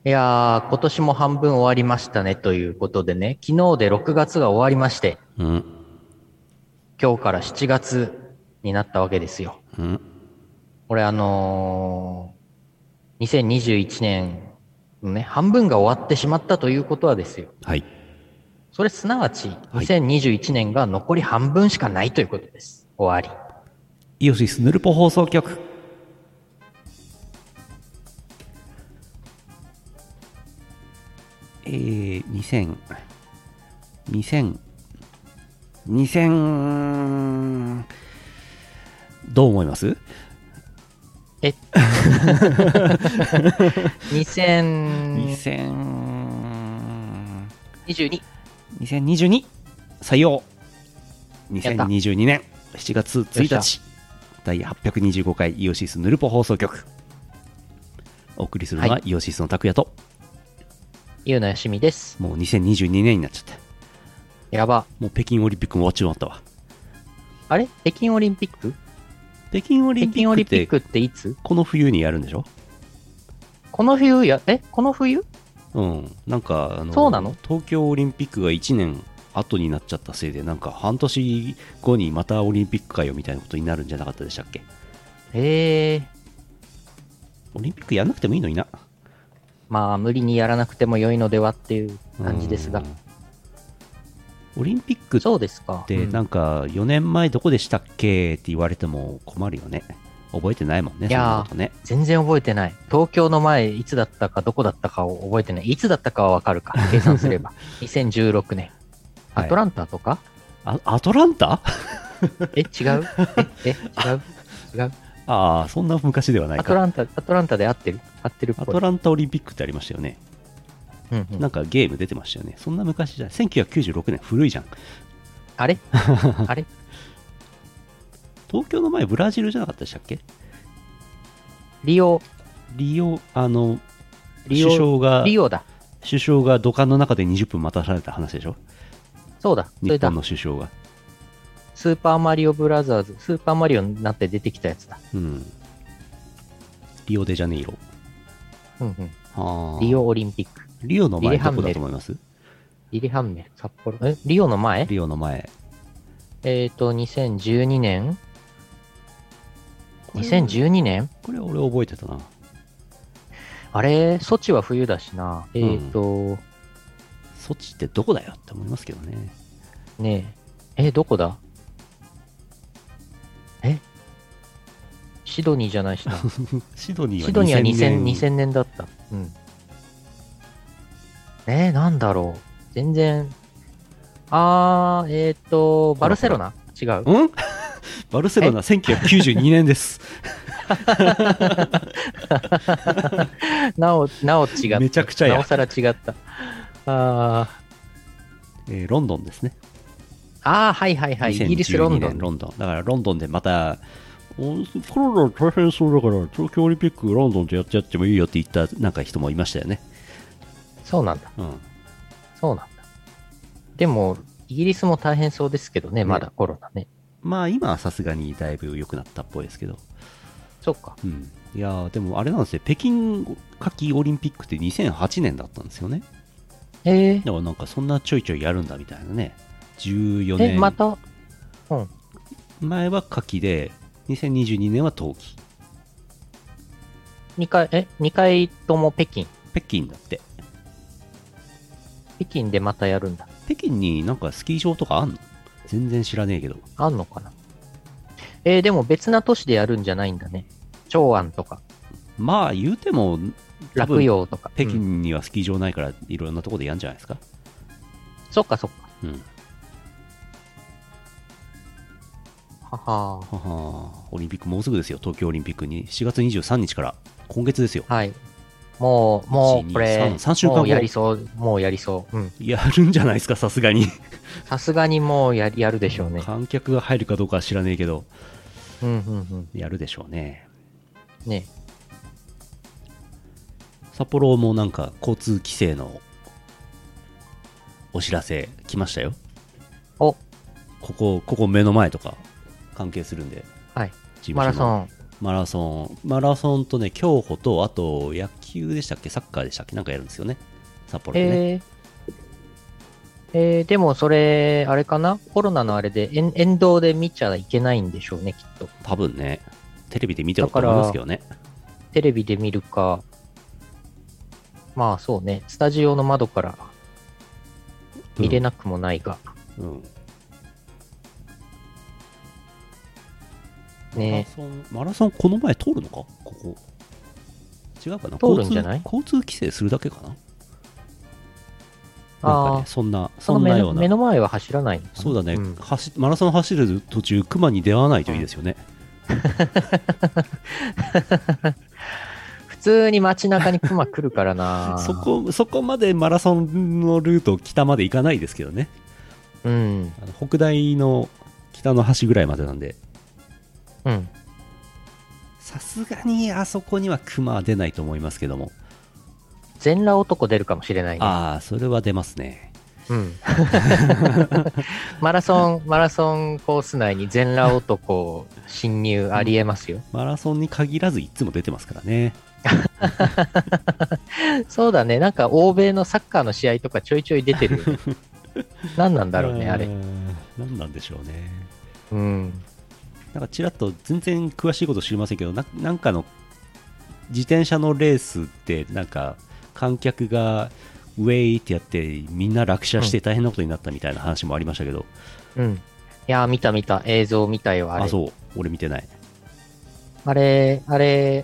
いやー、今年も半分終わりましたねということでね、昨日で6月が終わりまして、 うん。 今日から7月になったわけですよ。 うん。 これ2021年のね、半分が終わってしまったということはですよ。 はい。 それすなわち、 はい。 2021年が残り半分しかないということです。終わり。 イオシスヌルポ放送局。2000、2000、2000、どう思います？ え、2022、 2000、2022採用。 やった。 2022年7月1 よっしゃ。 日第825回イオシスヌルポ放送局。お送りするはい。 のはイオシスの拓也と、 ゆうのよしみです。 もう2022年になっちゃった。 やば。 もう北京オリンピックも終わっちまったわ。 あれ北京オリンピック北京オリ北ンピックって京オリンピックっていつ？ この冬にやるんでしょ？ この冬？ うん。なんかそうなの？ 東京オリンピックが1年後になっちゃったせいで、なんか半年後にまたオリンピックかよみたいなことになるんじゃなかったでしたっけ？ へえ。 オリンピックやんなくてもいいのにな。 まあ、無理にやらなくても良いのではっていうう感じですが。 ん。オリンピックっそうですか。うん。 てなんか4年前どこでしたっけって言われても困るよね。覚えてないもんね、そんなこいやー、 とね。 全然覚えてない。東京の前、いつだったか、どこだったかを覚えてない。いつだったかはわかるか。計算すれば。2016年。アはい。 トランタとか？ アトランタ？ 違う？違う？違う？ ああ、そんな昔ではないか。 アトランタで合ってるっアぽい。 トランタオリンピックってありましたよね。 うんうん。 なんかゲーム出てましたよね。そんな昔じゃない。1996年、古いじゃん。 あれあれ東京の前、ブラジルじゃなかったでしたっけ？ リオ、 リオ、 リオ、リオだ。 首相が土管の中で20分待たされた話でしょ？ そうだ。それだ。 日本の首相が。 スーパーマリオブラザーズ、スーパーマリオになって出てきたやつだ。 うん。リオデジャネイロ。 うんうん。リはあ。 オオリンピック。 リオのリレ前どこだハンメル。 と思います？ リレハンメル、札幌。リオの前？ リオの前。 2012年？ これ、 2012 年？ これ俺覚えてたな。 あれ、ソチは冬だしな。 うん。ソチってどこだよって思いますけどね。 ねえ。どこだ？えシドニーじゃないしな。 シドニーはシドニーは 2000 2000、 年。 2000年だった。うん。なんだろう。全然。バルセロほらほら。 ナ違う。 んバルセロえナ1992年です。 なお違った。 めちゃくちゃや。 なおさら違った。 ロンドンですね。 はいはいはい。イギリス・ 2012 ロンドンね。 年ロンドン。だからロンドンでまた、コロナ大変そうだから東京オリンピックロンドンでやってやってもいいよって言ったなんか人もいましたよね。 そうなんだ。 うん。 そうなんだ。でも、イギリスも大変そうですけどね、まね。 だコロナね。 まあ今はさすがにだいぶ良くなったっぽいですけど。 そっか。 うん。いやーでもあれなんですよ。北京夏季オリンピックって2008年だったんですよね。 えー、 だからなんかそんなちょいちょいやるんだみたいなね。14年また、うん。 前は夏季で、2022年は冬季。 2回とも北京。 北京だって。 北京でまたやるんだ。 北京になんかスキー場とかあんの？全然知らねえけど。 あんのかな？でも別な都市でやるんじゃないんだね。長安とか、 まあ言うても、多洛分陽とか。 北京うん。 にはスキー場ないからいろんなとこでやるんじゃないですか。 そっかそっか。 うん。 ははははオリンピックもうすぐですよ。東京オリンピックに7月23日から今月ですよ。 はい。も 1、 う、こ 2、3、 れ、 3週もうや間後。 りそう。もうやりそう。うん。 やるんじゃないですか、さすがに。 さすがにもうやるでしょうね。 観客が入るかどうかは知らねえけど、 うん、うん、うん。 やるでしょうね。 ね。 札幌もなんか交通規制のお知らせ来ましたよ。 お、 ここ目の前とか関係するんで、 はい。 事務所のマラソン。 マラソンとね、競歩と、あと野球でしたっけ、サッカーでしたっけ、なんかやるんですよね、札幌でね。 でもそれ、あれかなコロナのあれで沿道で見ちゃいけないんでしょうね、きっと。 多分ね、テレビで見てると思いますけどね。 テレビで見るか、まあそうね、スタジオの窓から見れなくもないが。 うん。 ね、 マラソンこの前通るのかここ。違うかな、 通るんじゃない？ 交通規制するだけかな。 あなんかね、 あ、 そんなような。 目の前は走らないのかな。 そうだね、 うん、 マラソン走る途中、熊に出会わないといいですよね。 普通に街中に熊来るからな。 そこまでマラソンのルート北まで行かないですけどね。 うん。 北大の北の端ぐらいまでなんで、 うん。 さすがにあそこには熊は出ないと思いますけども。 全裸男出るかもしれないね。 ああ、それは出ますね。 うん。マラソンコース内に全裸男侵入ありえますよ。 マラソンに限らずいつも出てますからね。 そうだね。なんか欧米のサッカーの試合とかちょいちょい出てるよね。何なんだろうね、あれ。 何なんでしょうね。 うん。 なんかちらっと全然詳しいこと知りませんけど、なんかの自転車のレースってなんか観客がウェイってやってみんな落車して大変なことになったみたいな話もありましたけど。 うん。いやー、見た。映像見たよ、あれ。 あ、そう。俺見てない。 あれ、ウ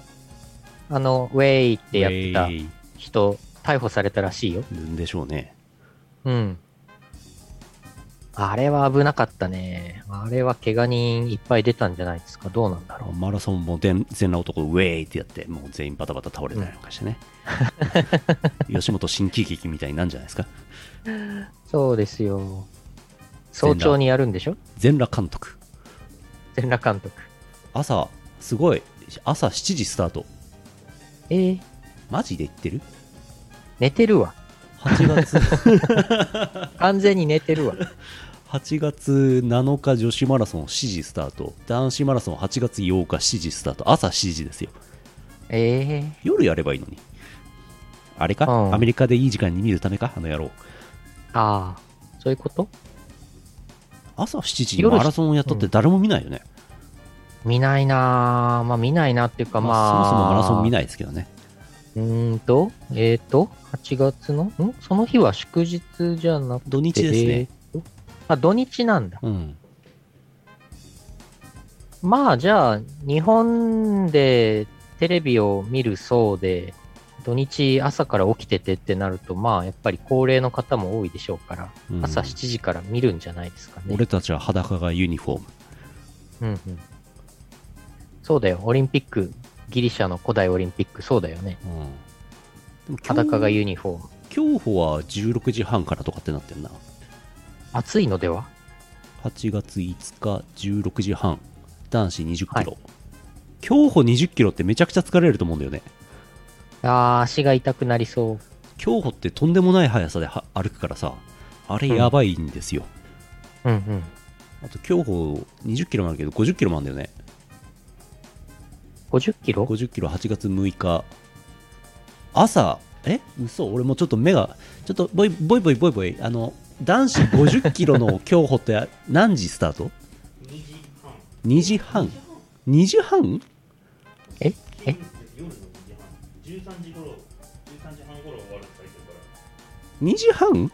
ェイってやってた人、逮捕されたらしいよ。 でしょうね。 うん。あれは危なかったね。あれは怪我人いっぱい出たんじゃないですか。どうなんだろう。 マラソンも全裸男ウェイってやって、もう全員バタバタ倒れたりなんかしてね。吉本新喜劇みたいになんじゃないですか。 そうですよ。早朝にやるんでしょ？ 全裸監督。 全裸監督。 すごい。朝7時スタート。マジで言ってる？ 寝てるわ。 8月。 完全に寝てるわ。 8月7日女子マラソン7時スタート。男子マラソン8月8日7時スタート。朝7時ですよ。夜やればいいのに。あれか、アメリカでいい時間に見るためか、あの野郎。 ああ、そういうこと？ 朝7時にマラソンをやったって誰も見ないよね。 見ないなぁ。まあ見ないなっていうか、まあ。 そもそもマラソン見ないですけどね。 8月のその日は祝日じゃなくて。 土日ですね。 土日なんだ。 うん。 まあじゃあ、日本でテレビを見る層で、土日朝から起きててってなると、まあやっぱり高齢の方も多いでしょうから、朝7時から見るんじゃないですかね。 俺たちは裸がユニフォーム。 うんうん。そうだよ、オリンピック、ギリシャの古代オリンピック、そうだよね。でも裸がユニフォーム。 競歩は16時半からとかってなってんな。 暑いのでは？ 8月5日16時半、男子20キロ。競歩20キロってめちゃくちゃ疲れると思うんだよね。 足が痛くなりそう。 競歩ってとんでもない速さで歩くからさ、あれやばいんですよ。 うんうん。 あと競歩20キロもあるけど50キロもあるんだよね。 50キロ ?50 キロ8月6日。朝、嘘、俺もちょっと目が、ちょっとボイボイ、男子50キロの競歩って何時スタート？ 2時半。2時半？ 13 時頃、13時半頃終わるって書いてるから。 2時半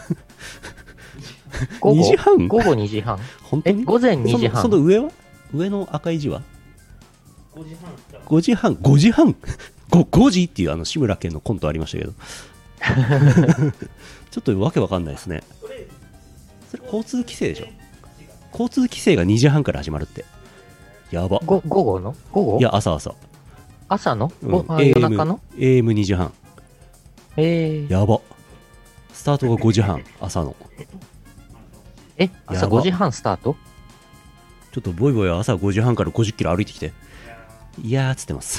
午後 ?2 時半午後2時半本当に午前2時半その上は？上の赤い字は 5時半だ。 5時半 ?5 時半5時っていう志村けんのコントありましたけど。ちょっとわけわかんないですね。それ交通規制でしょ？交通規制が2時半から始まるって。やば。 午後の？午後？ いや、朝。 朝の？ 夜中の？ AM2 時半。やば。スタートが5時半、朝の。 朝5時半スタート？ ちょっとボイボイは朝5時半から50キロ歩いてきて。いやーっつってます。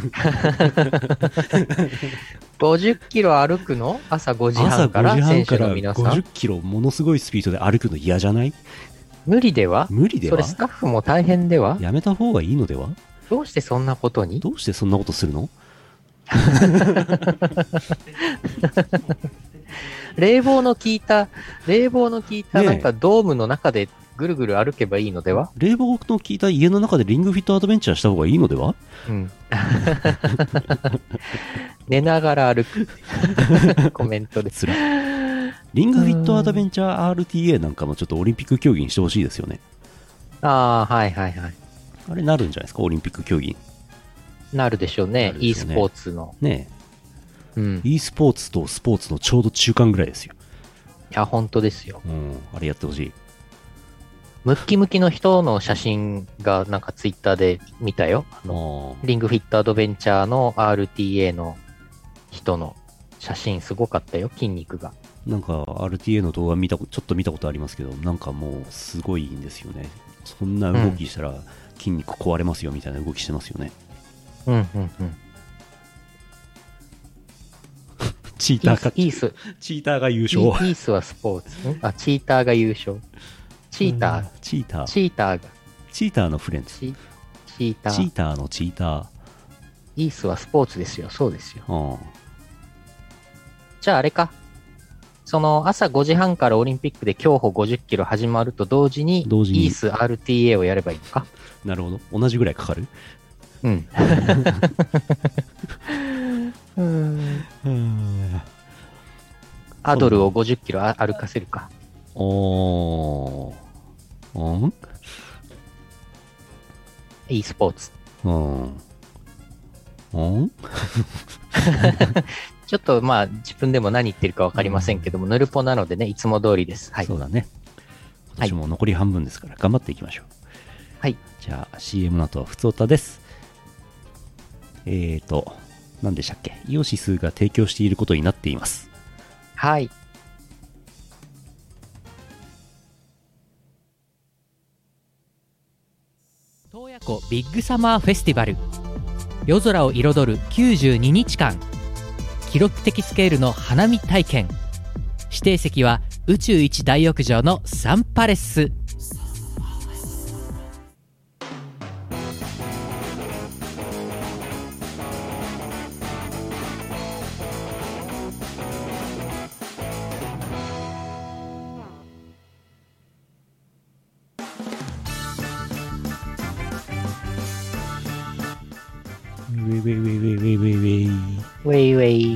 50キロ歩くの？朝5時半から選手の皆さん。 50キロものすごいスピードで歩くの嫌じゃない？ 無理では？ 無理では？ それスタッフも大変では？ やめた方がいいのでは？ どうしてそんなことに？ どうしてそんなことするの？ 冷房の効いたねえなんかドームの中でぐるぐる歩けばいいのでは？ 冷房の効いた家の中でリングフィットアドベンチャーした方がいいのでは？ うん。寝ながら歩く。コメントです。 つらリングフィットアドベンチャー RTA なんかもちょっとオリンピック競技にしてほしいですよね。 ああ、はいはいはい。 あれなるんじゃないですか、オリンピック競技。 なるでしょうね。 なるで e しょうねスポーツの。 ねうん。 え、e スポーツとスポーツのちょうど中間ぐらいですよ。 いや、本当ですよ。 うん、あれやってほしい。 ムッキムキの人の写真がなんかツイッターで見たよ。リングフィットアドベンチャーの RTA の人の写真すごかったよ、筋肉が。 なんか RTA の動画ちょっと見たことありますけど、なんかもうすごいんですよね。そんな動きしたら筋肉壊れますよみたいな動きしてますよね。 うんうんうん。 チーターか。 イース。 チーターが優勝。 イースはスポーツ。あ、チーターが優勝。チーター。 チーター。 チーターが。 チーターのフレンズ。 チーター。 チーターのチーター。 イースはスポーツですよ。そうですよ。 うん。 じゃああれか。その朝5時半からオリンピックで競歩50キロ始まると同時にイース RTA をやればいいのか。 なるほど。同じぐらいかかる？ うん。アドルを50キロ歩かせるか。e スポーツ。ちょっとまあ自分でも何言ってるか分かりませんけども、ヌルポなのでね、いつも通りです。はい。 そうだね。今年も残り半分ですから頑張っていきましょう。 はい。 じゃあ CM の後はふつおたです。何でしたっけ？イオシスが提供していることになっています。 はい。 洞爺湖ビッグサマーフェスティバル、夜空を彩る92日間、記録的スケールの花見体験、指定席は宇宙一大浴場のサンパレス。 ウェイウェイウェイウェイウェイウェイウェイウェイウェイウェイウェイウェイウェイ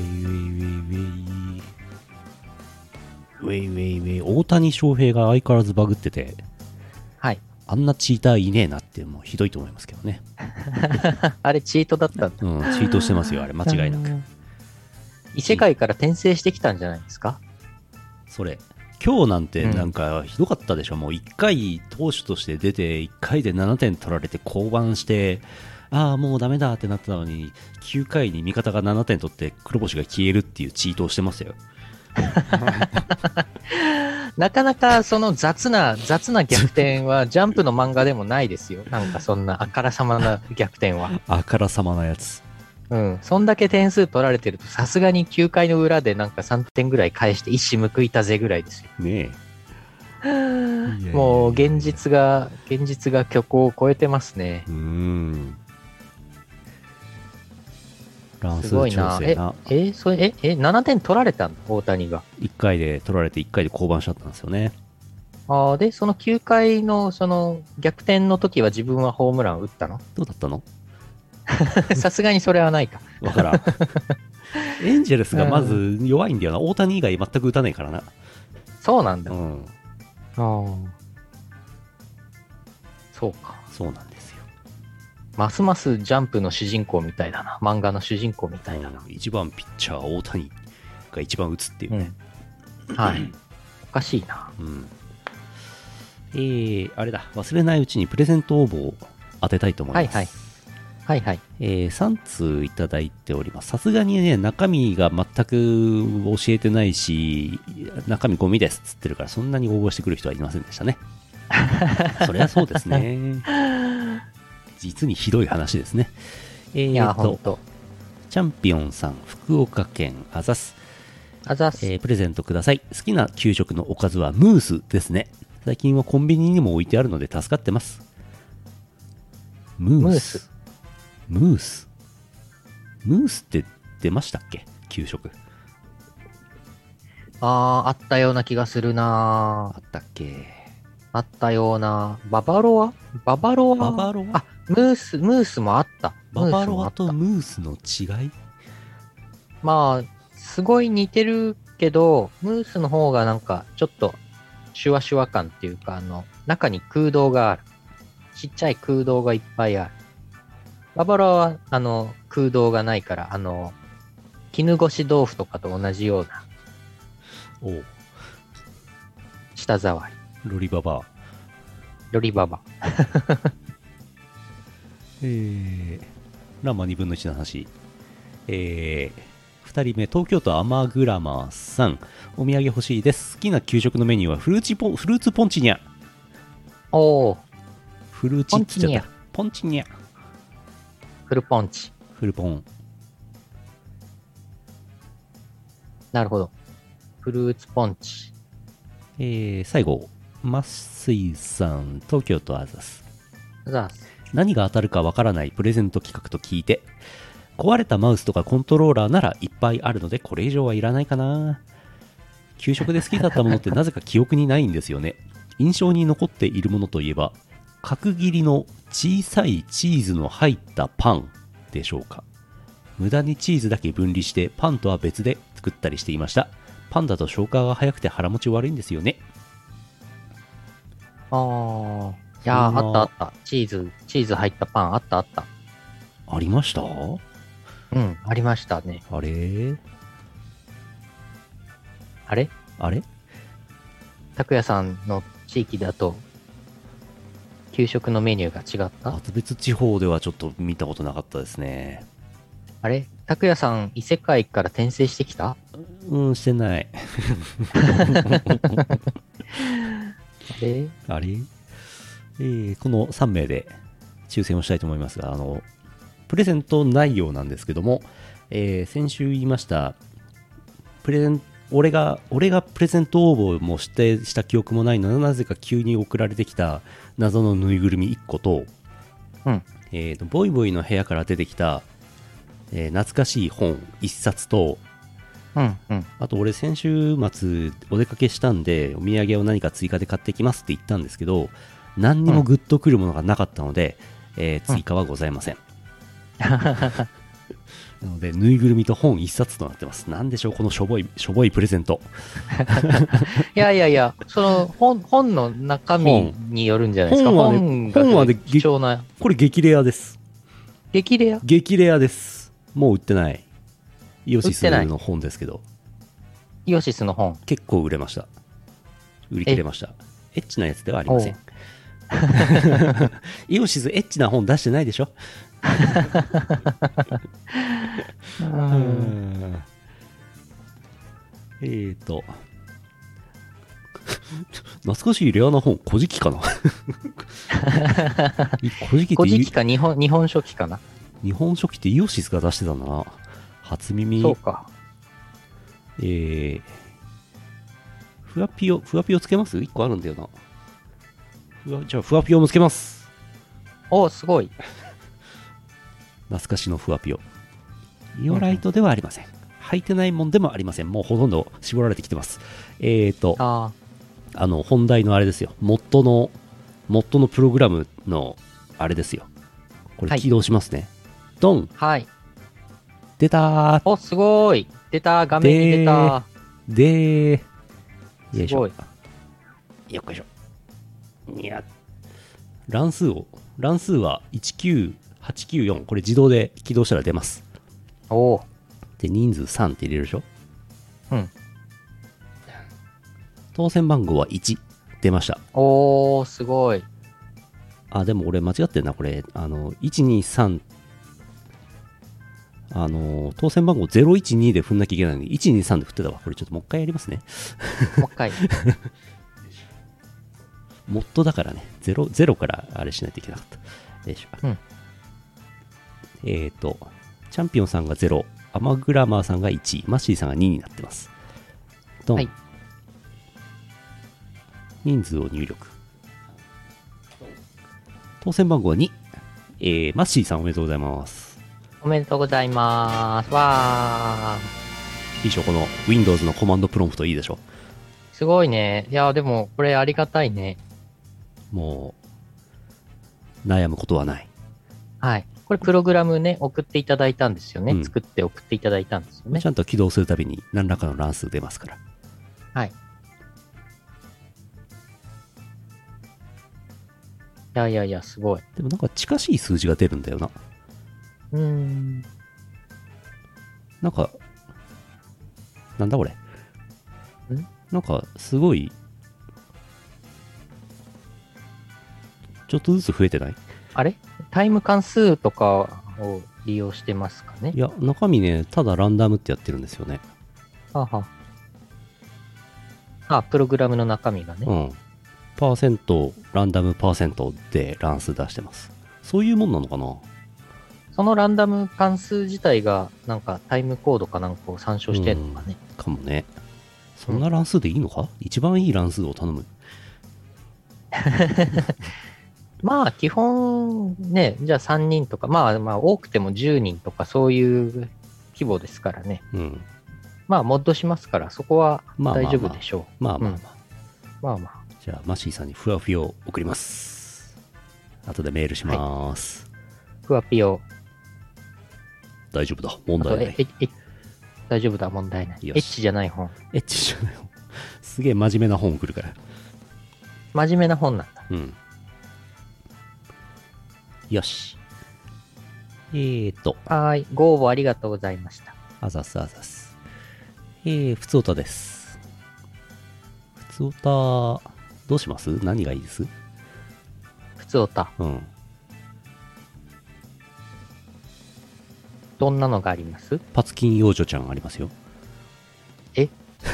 ウェイウェイウェイ。大谷翔平が相変わらずバグってて、 はい。 あんなチーターいねえなってもうひどいと思いますけどね。 あれチートだったんだ。 うん、チートしてますよ、あれ間違いなく。 異世界から転生してきたんじゃないですか？ それ今日なんてなんかひどかったでしょ。もう1回投手として出て1回で7点取られて降板して、ああもうダメだってなったのに9回に味方が7点取って黒星が消えるっていうチートをしてますよ。 なかなかその雑な逆転はジャンプの漫画でもないですよ。なんかそんなあからさまな逆転は。 あからさまなやつ。 うん。そんだけ点数取られてるとさすがに9回の裏でなんか3点ぐらい返して一矢報いたぜぐらいですよ。 ねえ。 もう現実が虚構を超えてますね。 乱数すごいな。 調整な。 7点取られたんだ、大谷が。 1回で取られて1回で降板しちゃったんですよね。 で、その9回のその逆転の時は自分はホームラン打ったの？ どうだったの？ さすがにそれはないか。 わからん。エンジェルスがまず弱いんだよな。大谷以外全く打たないからな。 そうなんだ。 うん。 そうか。 そうなんですよ。 ますますジャンプの主人公みたいだな。漫画の主人公みたいだな。 一番ピッチャー大谷が一番打つっていうね。 はい。おかしいな。 あれだ。忘れないうちにプレゼント応募を当てたいと思います。 はいはい。 3通いただいております。さすがにね、中身が全く教えてないし、中身ゴミですっつってるから、そんなに応募してくる人はいませんでしたね。そりゃそうですね。実にひどい話ですね。 いや、ほんと。 チャンピオンさん、福岡県あざす。プレゼントください。好きな給食のおかずはムースですね。最近はコンビニにも置いてあるので助かってます。 ムースムースって出ましたっけ、給食。 あったような気がするなあったっけ。 あったような。ババロアババロアババロアあ、ムースもあった。 ババロアとムームースの違い。 まあ、すごい似てるけど、ムースの方がなんか、ちょっと、シュワシュワ感っていうか、中に空洞がある。ちっちゃい空洞がいっぱいある。ババロアは、空洞がないから、絹ごし豆腐とかと同じようなおう、 舌触り。 ロリババア。 ロリババ。 ランマ2分の1の話。2人目、東京都アマグラマーさん。お土産欲しいです。好きな給食のメニューはフルーツポンチニャ。 おー、 フルーチって言っちゃった。ポンチニャ。 フルポンチ。 フルポン。 なるほど。フルーツポンチ。 最後、マッスイさん、東京都アザス。 ザース。 何が当たるかわからないプレゼント企画と聞いて、壊れたマウスとかコントローラーならいっぱいあるのでこれ以上はいらないかな。給食で好きだったものってなぜか記憶にないんですよね。印象に残っているものといえば、角切りの小さいチーズの入ったパンでしょうか。無駄にチーズだけ分離してパンとは別で作ったりしていました。パンだと消化が早くて腹持ち悪いんですよね。 いやー、あった。チーズ入ったパン、あった。 ありました？ うん、ありましたね。 あれあれ拓也さんの地域だと、給食のメニューが違った？ 別地方ではちょっと見たことなかったですね。 あれ拓也さん、異世界から転生してきた？ してない。 あれあれこの3名で抽選をしたいと思いますが、プレゼント内容なんですけども、先週言いました、俺がプレゼント応募もした記憶もないので、なぜか急に送られてきた謎のぬいぐるみ1個と、ボイボイの部屋から出てきた、懐かしい本1冊と、あと俺先週末お出かけしたんで、お土産を何か追加で買ってきますって言ったんですけど、何にもグッとくるものがなかったので、追加はございません。なのでぬいぐるみと本1冊となってます。なんでしょうこのしょぼいプレゼント。 いや、その本の中身によるんじゃないですか。 本はね、 貴重な。 これ激レアです。 激レアです。もう売ってない。イオシスの本ですけど。 イオシスの本。 結構売れました。売り切れました。エッチなやつではありません。イオシスエッチな本出してないでしょ。懐かしいレアな本、古事記かな。古事記か日本書紀かな。 日本書紀ってイオシスが出してたんだな。初耳。 そうか。 ふわぴよつけます？ 1 個あるんだよな。じゃあふわぴよもつけます。 お、すごい。 懐かしのふわぴよ。イオライトではありません。履いてないもんでもありません。もうほとんど絞られてきてます。本題のあれですよ。モッドのプログラムのあれですよ。これ起動しますね。ドン。 はい。 出たー。 お、すごい。出た。画面に出た。 よいしょ。 すごい。 よっこいしょ。いや。乱数は19894。これ自動で起動したら出ます。 おー。 で、人数3って入れるでしょ。 うん。 当選番号は1。出ました。 おー、すごい。 でも俺間違ってんな、これ。123、当選番号012で振んなきゃいけないのに、123で振ってたわ。これちょっともう一回やりますね。 もう一回。 モッドだからね、0からあれしないといけなかった。よいしょ。チャンピオンさんが0、アマグラマーさんが1、マッシーさんが2になってます。ドン。はい、人数を入力。当選番号は2。 マッシーさんおめでとうございます。 おめでとうございます。わいいでしょ、この Windows のコマンドプロンプトいいでしょ。 ー。すごいね。いや、でも、これありがたいね。 もう、悩むことはない。 はい。これプログラムね、送っていただいたんですよね。 うん作って送っていただいたんですよねち。ゃんと起動するたびに何らかの乱数出ますから。 はい。いやいやいや、すごい。 でもなんか近しい数字が出るんだよな。なんか、なんだこれ。なんかすごい、ちょっとずつ増えてない？ あれタイム関数とかを利用してますかね。 いや、中身ね、ただランダムってやってるんですよね。 はあはあ。あ、プログラムの中身がね。 うん。パーセント、ランダムパーセントで乱数出してます。そういうもんなのかな？ そのランダム関数自体が、なんかタイムコードかなんかを参照してんのかね。 かもね。そんな乱数でいいのか？一番いい乱数を頼む。 まあ、基本ね、じゃあ3人とか、まあ多くても10人とかそういう規模ですからね。 うん。 まあ、モッドしますから、そこはまあまあまあ大丈夫でしょう。 まあまあまあ。 うんまあまあ。 じゃあ、マシーさんにふわふわを送ります。後でメールします。 ふわぴよ。 大丈夫だ。問あと題ない。 大丈夫だ、問題ない。エよしッチじゃない本。 エッチじゃない。すげえ真面目な本送るから。 真面目な本なんだ。 うん。よし。 はーい。ご応募ありがとうございました。 あざすあざす。ふつおたです。ふつおた、どうします？何がいいです？ ふつおた。 うん。 どんなのがあります？ パツキン幼女ちゃんありますよ。 じ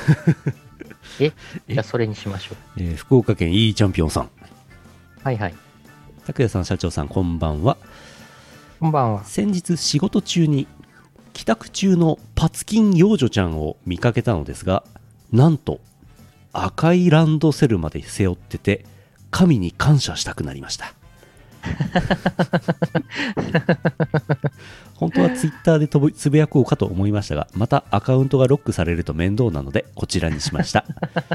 ゃあそれにしましょう。 福岡県 E チャンピオンさん。 はいはい。 拓也さん、社長さん、こんばんは。 こんばんは。 先日仕事中に帰宅中のパツキン幼女ちゃんを見かけたのですが、なんと赤いランドセルまで背負ってて、神に感謝したくなりました。本当はツイッターでつぶやこうかと思いましたが、またアカウントがロックされると面倒なのでこちらにしました。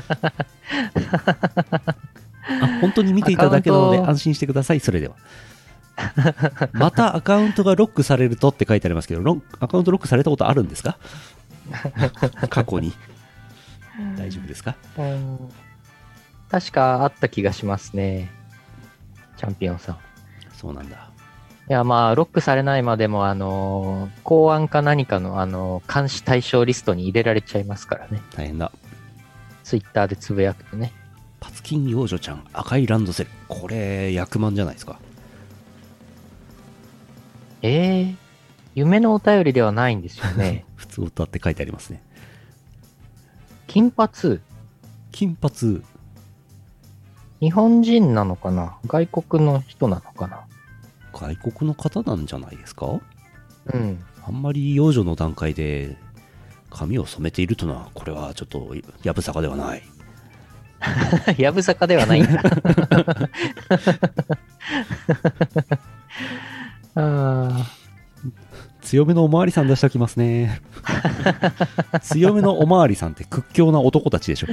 本当に見ていただけなので安心してください。それではまたアカウントがロックされるとって書いてありますけど、アカウントロックされたことあるんですか？過去に大丈夫ですか？ 確かあった気がしますね。チャンピオンさん。 そうなんだ。 いや、まあ、ロックされないまでも、公安か何かの、監視対象リストに入れられちゃいますからね。 大変だ。 ツイッターでつぶやくとね。 パツキン幼女ちゃん赤いランドセル、これ役満じゃないですか？ 夢のお便りではないんですよね。 普通歌って書いてありますね。 金髪。 金髪。 日本人なのかな？外国の人なのかな？ 外国の方なんじゃないですか？ うん。 あんまり幼女の段階で髪を染めているというのは、これはちょっとやぶさかではない。 やぶさかではないんだ。 強めのおまわりさん出しておきますね。強めのおまわりさんって屈強な男たちでしょ。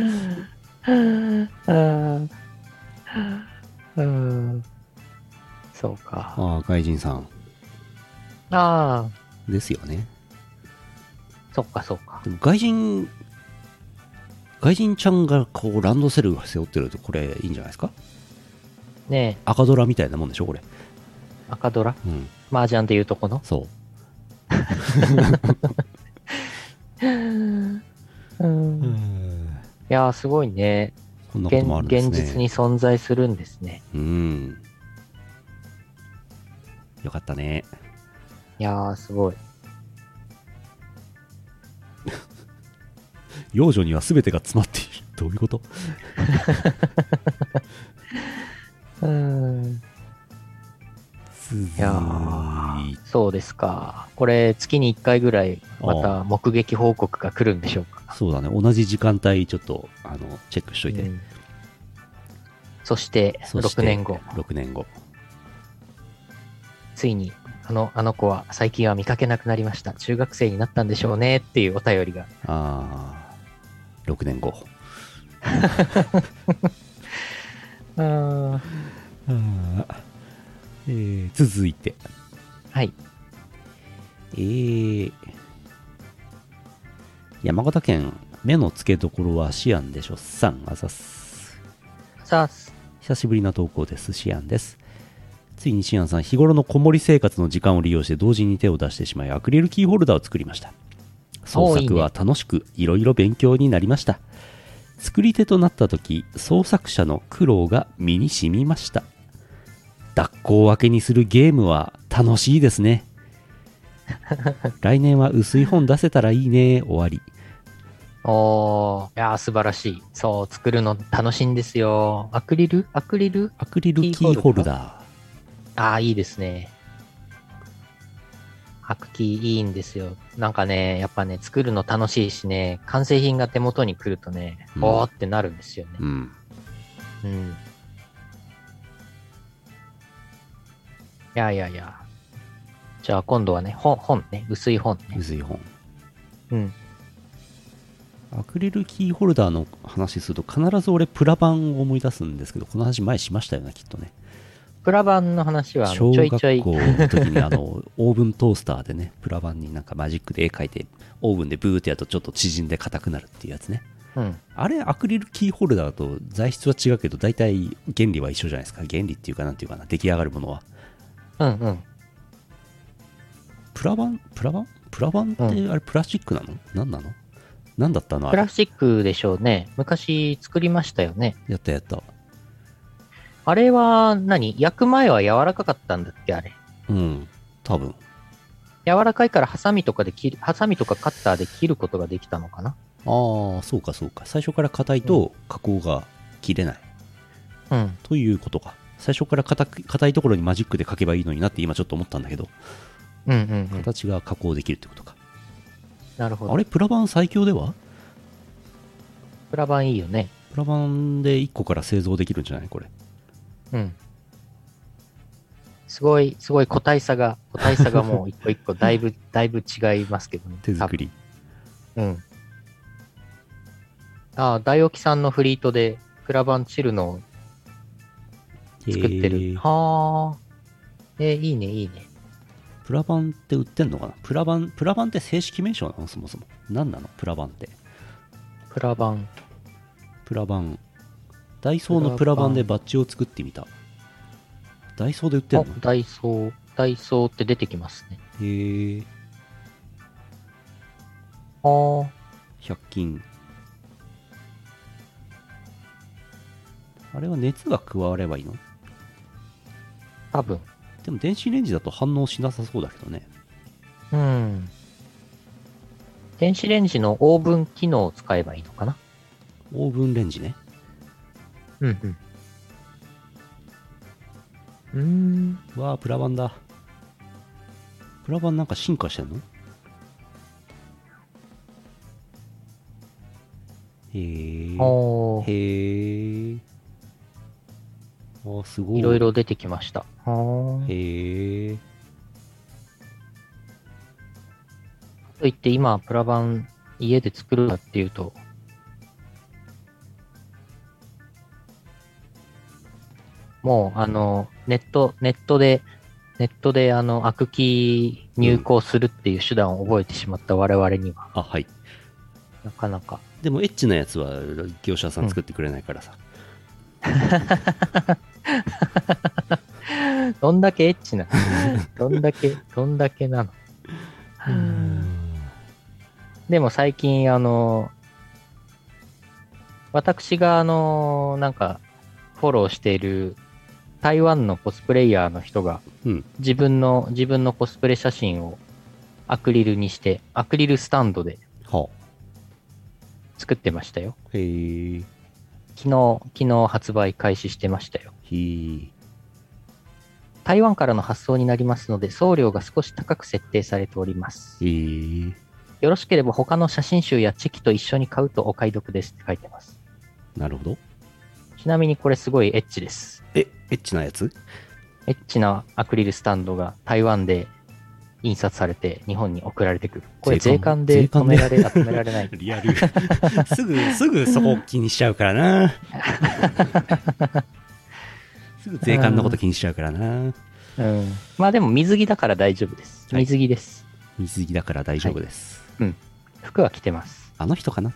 そうか。 ああ、外人さんああ、 ですよね。 そっかそっか。 でも外人ちゃんがこうランドセルを背負ってると、これいいんじゃないですか？ ねえ、 赤ドラみたいなもんでしょ、これ。 赤ドラ？ うん。 麻雀でいうとこの？ そう。 いやー、すごいね。 こんなこともあるんですね。 現実に存在するんですね。 よかったね。 いやー、すごい。 幼女には全てが詰まっている。どういうこと？ いやー、そうですか。これ、月に1回ぐらい、また目撃報告が来るんでしょうか。 そうだね。同じ時間帯、ちょっと、チェックしといて。 そして、6年後。 6年後。 ついにあの子は最近は見かけなくなりました。中学生になったんでしょうねっていうお便りが。 6年後。続いて。 はい。 山形県、目の付けどころはシアンでしょさん、あざす。久しぶりな投稿です。シアンです。ついにシアンさん、日頃のこもり生活の時間を利用して同時に手を出してしまい、アクリルキーホルダーを作りました。創作は楽しく、いろいろ勉強になりました。作り手となった時、創作者の苦労が身に染みました。脱行分けにするゲームは楽しいですね。来年は薄い本出せたらいいね。終わり。 いやー素晴らしい。そう、作るの楽しいんですよ。アクリルキーホルダー。いいですね。アクキーいいんですよ。なんかね、やっぱね、作るの楽しいしね、完成品が手元に来るとね、おーってなるんですよね。いや。じゃあ今度はね、本ね、薄い本ね。 薄い本。アクリルキーホルダーの話すると必ず俺プラ版を思い出すんですけど、この話前しましたよね、きっとね。 プラ版の話はちょいちょい。 小学校の時にオーブントースターでね、プラ版になんかマジックで絵描いて、オーブンでブーってやるとちょっと縮んで硬くなるっていうやつね。あれ、アクリルキーホルダーと材質は違うけど、大体原理は一緒じゃないですか。原理っていうかなんていうかな、出来上がるものは。プラ版ってあれプラスチックなの？何なの？何だったの？ プラスチックでしょうね。昔作りましたよね。 やった。 あれは焼く前は柔らかかったんだっけ、あれ。 多分。 柔らかいからハサミとかカッターで切ることができたのかな。 そうか。最初から硬いと加工が切れない。ということか。最初から硬いところにマジックで描けばいいのになって今ちょっと思ったんだけど。形が加工できるってことか。 なるほど。 あれ、プラ版最強では？ プラ版いいよね。 プラ版で1個から製造できるんじゃないこれ。 すごい個体差がもう一個一個だいぶ違いますけどね。 手作り。 大沖さんのフリートでプラ版チルのを作ってる。いいね。 プラ版って売ってんのかな？プラ版って正式名称なの？そもそも何なの？プラ版ってプラ版ダイソーのプラ版でバッジを作ってみた。ダイソーで売ってんの？ ダイソーって出てきますね。 へえ。 100 均。あれは熱が加わればいいの？ 多分。 でも電子レンジだと反応しなさそうだけどね。 電子レンジのオーブン機能を使えばいいのかな？ オーブンレンジね。わあ、プラ版だ。プラ版なんか進化してんの？へえ。すごい。 いろいろ出てきました。 へえ。 といって今プラ版家で作るかっていうと、もうネットでアクキー入稿するっていう手段を覚えてしまった我々には、 はい。 なかなか。 でもエッチなやつは業者さん作ってくれないからさ。 どんだけエッチなどんだけなの。でも最近私がなんかフォローしている台湾のコスプレイヤーの人が、自分のコスプレ写真をアクリルにしてアクリルスタンドで作ってましたよ。 へえ。 昨日発売開始してましたよ。台湾からの発送になりますので送料が少し高く設定されております。よろしければ他の写真集やチェキと一緒に買うとお買い得ですって書いてます。 なるほど。 ちなみにこれすごいエッチです。 エッチなやつ？ エッチなアクリルスタンドが台湾で印刷されて日本に送られてくる。これ税関で止められない。 リアル。すぐそこ気にしちゃうからな。すぐ税関のこと気にしちゃうからな。 うん。まあでも水着だから大丈夫です。水着です。 水着だから大丈夫です。 はい、うん。服は着てます。 あの人かな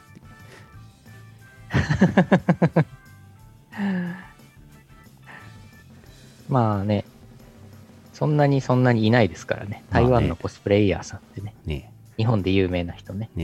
まあね、そんなにいないですからね。台湾のコスプレイヤーさんってね。日本で有名な人ね。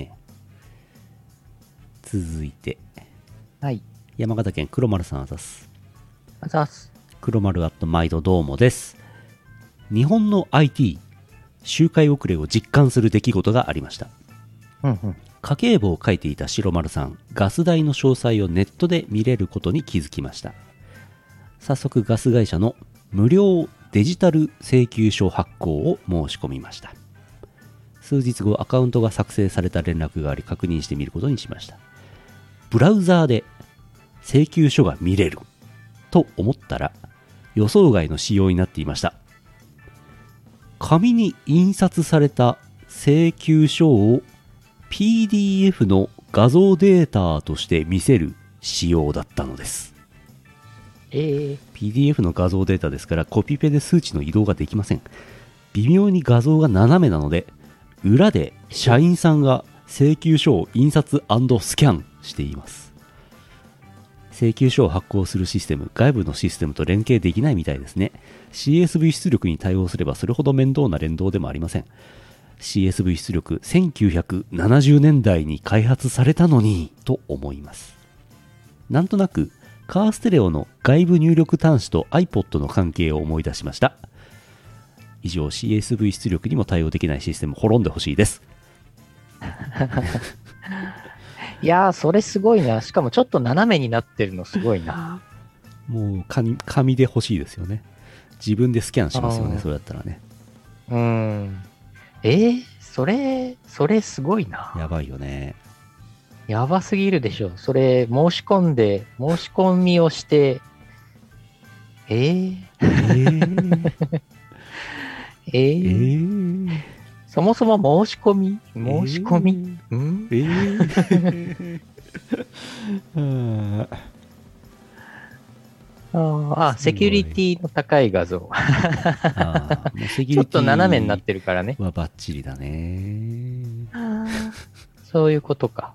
続いて。 はい。 山形県黒丸さんあざす。 あざす。 黒丸毎度どうもです。日本の IT、周回遅れを実感する出来事がありました。 うんうん。 家計簿を書いていた白丸さん、ガス代の詳細をネットで見れることに気づきました。早速ガス会社の無料デジタル請求書発行を申し込みました。数日後アカウントが作成された連絡があり確認してみることにしました。ブラウザーで請求書が見れると思ったら予想外の仕様になっていました。紙に印刷された請求書を PDF の画像データとして見せる仕様だったのです。PDF の画像データですからコピペで数値の移動ができません。微妙に画像が斜めなので裏で社員さんが請求書を印刷&スキャンしています。請求書を発行するシステム、外部のシステムと連携できないみたいですね。CSV 出力に対応すればそれほど面倒な連動でもありません。CSV 出力1970年代に開発されたのにと思います。なんとなくカーステレオの外部入力端子と iPod の関係を思い出しました。以上、 CSV 出力にも対応できないシステム滅んでほしいです。 いやー、それすごいな。しかもちょっと斜めになってるのすごいな。 もう紙で欲しいですよね。自分でスキャンしますよね、それだったらね。 それすごいな。 やばいよね。 やばすぎるでしょ。それ申し込みをしてそもそも申し込みセキュリティの高い画像。 もうセキュリティちょっと斜めになってるからね。 はバッチリだね。 そういうことか。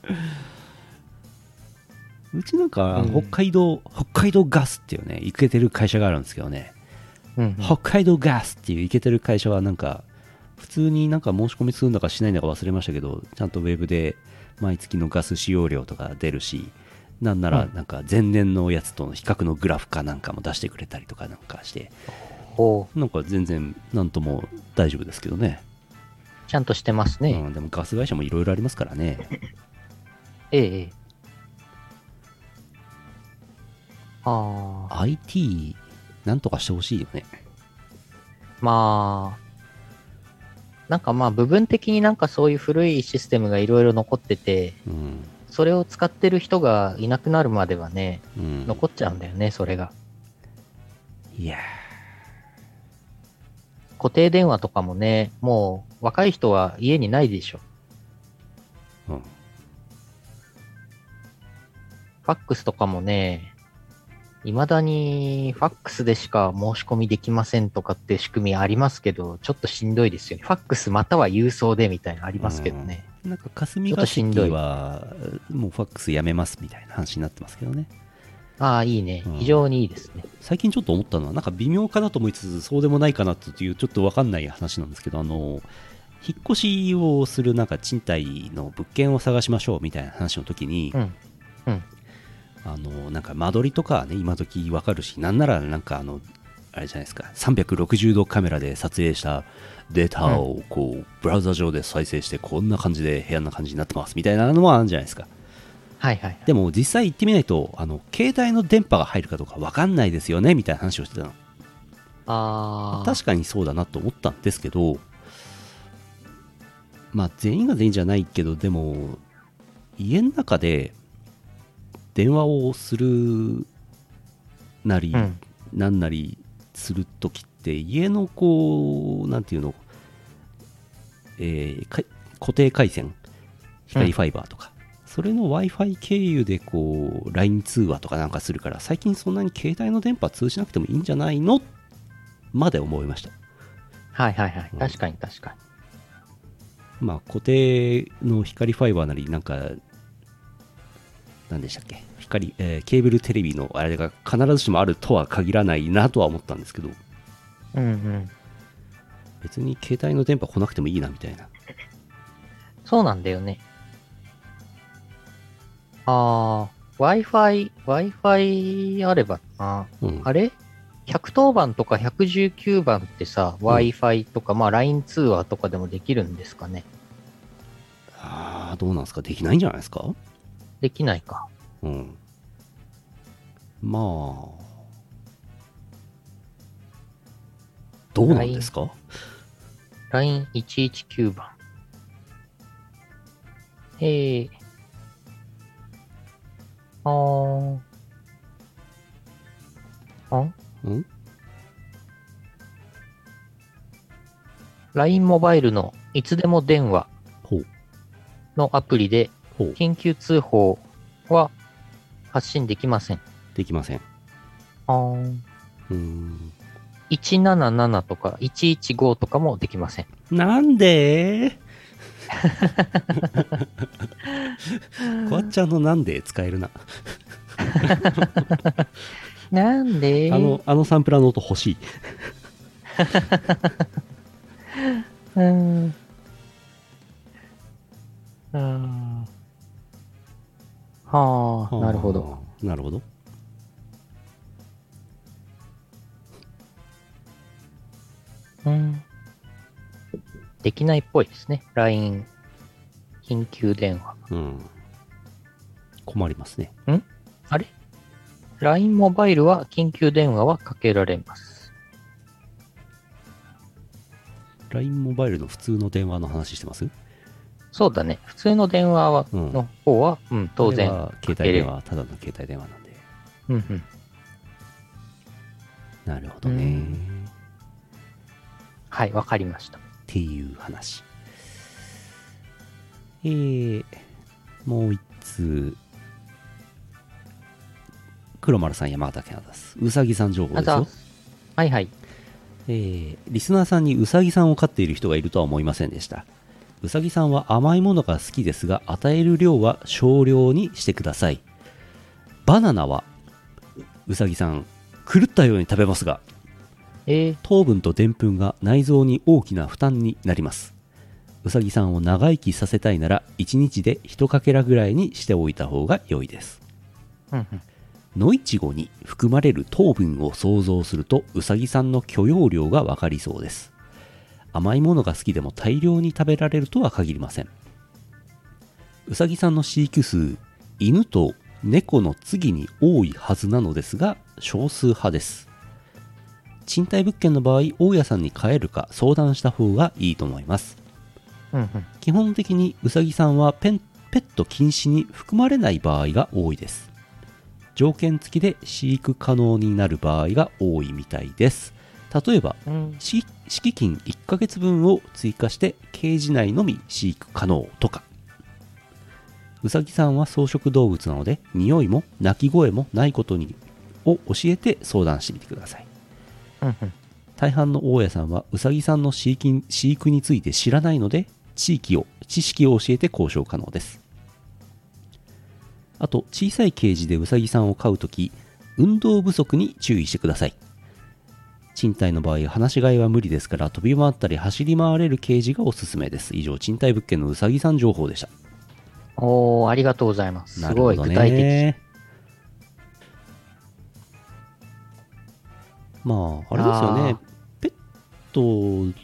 うちなんか、北海道ガスっていうね、イケてる会社があるんですけどね、北海道ガスっていうイケてる会社はなんか普通になんか申し込みするんだかしないんだか忘れましたけど、ちゃんとウェブで毎月のガス使用量とか出るし、なんならなんか前年のやつとの比較のグラフかなんかも出してくれたりとかなんかして、なんか全然なんとも大丈夫ですけどね。 ちゃんとしてますね。 でもガス会社もいろいろありますからね。IT なんとかしてほしいよね。 なんか部分的になんかそういう古いシステムがいろいろ残ってて、それを使ってる人がいなくなるまではね、残っちゃうんだよね、それが。 いや固定電話とかもね、もう若い人は家にないでしょ。ファックスとかもね、未だにファックスでしか申し込みできませんとかっていう仕組みありますけど、ちょっとしんどいですよね。ファックスまたは郵送でみたいなのありますけどね。 なんか霞が関はもうファックスやめますみたいな話になってますけどね。 いいね。非常にいいですね。 最近ちょっと思ったのは、なんか微妙かなと思いつつそうでもないかなというちょっと分かんない話なんですけど、引っ越しをするなんか賃貸の物件を探しましょうみたいな話の時に、なんか間取りとかはね今時わかるし、なんならなんかあれじゃないですか、360度カメラで撮影したデータをこうブラウザ上で再生してこんな感じで部屋の感じになってますみたいなのもあるんじゃないですか。でも実際行ってみないと携帯の電波が入るかどうかわかんないですよねみたいな話をしてたの。確かにそうだなと思ったんですけど、全員が全員じゃないけど、でも家の中で電話をするなり、なんなりするときって家のこうなんていうの、固定回線光ファイバーとか、それの Wi-Fi 経由でこう LINE 通話とかなんかするから、最近そんなに携帯の電波通じなくてもいいんじゃないのまで思いました。 はいはいはい。確かに確かに。 まあ固定の光ファイバーなりなんか何でしたっけ、ケーブルテレビのあれが必ずしもあるとは限らないなとは思ったんですけど、 うんうん。 別に携帯の電波来なくてもいいなみたいな。 そうなんだよね。Wi-Fi あればな。あれ ?110 番とか119番ってさ、Wi-Fi とか、まあ LINE 通話とかでもできるんですかね。 どうなんですか、できないんじゃないですか。 できないか。 まあどうなんですか。 LINE119 番。LINE モバイルのいつでも電話のアプリで緊急通報は発信できません。 できません。 177とか115とかもできません。 なんでこわっちゃんのなんで使えるな。 なんであのサンプラーの音欲しい。 なるほど。 なるほど。 できないっぽいですね。LINE 緊急電話。 困りますね。 あれ ?LINE モバイルは緊急電話はかけられます。 LINE モバイルの普通の電話の話してます？ そうだね。普通の電話は、の方は、当然。 携帯電話、ただの携帯電話なんで。なるほどね。 はい、わかりました。 っていう話。もう一通。黒丸さん、山形県あざす。うさぎさん情報ですよ。 はいはい。 リスナーさんにうさぎさんを飼っている人がいるとは思いませんでした。うさぎさんは甘いものが好きですが、与える量は少量にしてください。バナナはうさぎさん狂ったように食べますが、糖分とでんぷんが内臓に大きな負担になります。うさぎさんを長生きさせたいなら1日で1かけらぐらいにしておいた方が良いです。野いちごに含まれる糖分を想像するとうさぎさんの許容量がわかりそうです。甘いものが好きでも大量に食べられるとは限りません。うさぎさんの飼育数、犬と猫の次に多いはずなのですが少数派です。賃貸物件の場合、大家さんに飼えるか相談した方がいいと思います。基本的にうさぎさんはペット禁止に含まれない場合が多いです。条件付きで飼育可能になる場合が多いみたいです。例えば、敷金1ヶ月分を追加してケージ内のみ飼育可能とか。うさぎさんは草食動物なので匂いも鳴き声もないことを教えて相談してみてください。大半の大家さんはうさぎさんの飼育について知らないので知識を教えて交渉可能です。あと、小さいケージでうさぎさんを飼うとき、運動不足に注意してください。賃貸の場合、放し飼いは無理ですから、飛び回ったり走り回れるケージがおすすめです。以上、賃貸物件のうさぎさん情報でした。 ありがとうございます。すごい具体的。まあ、あれですよね。ペット、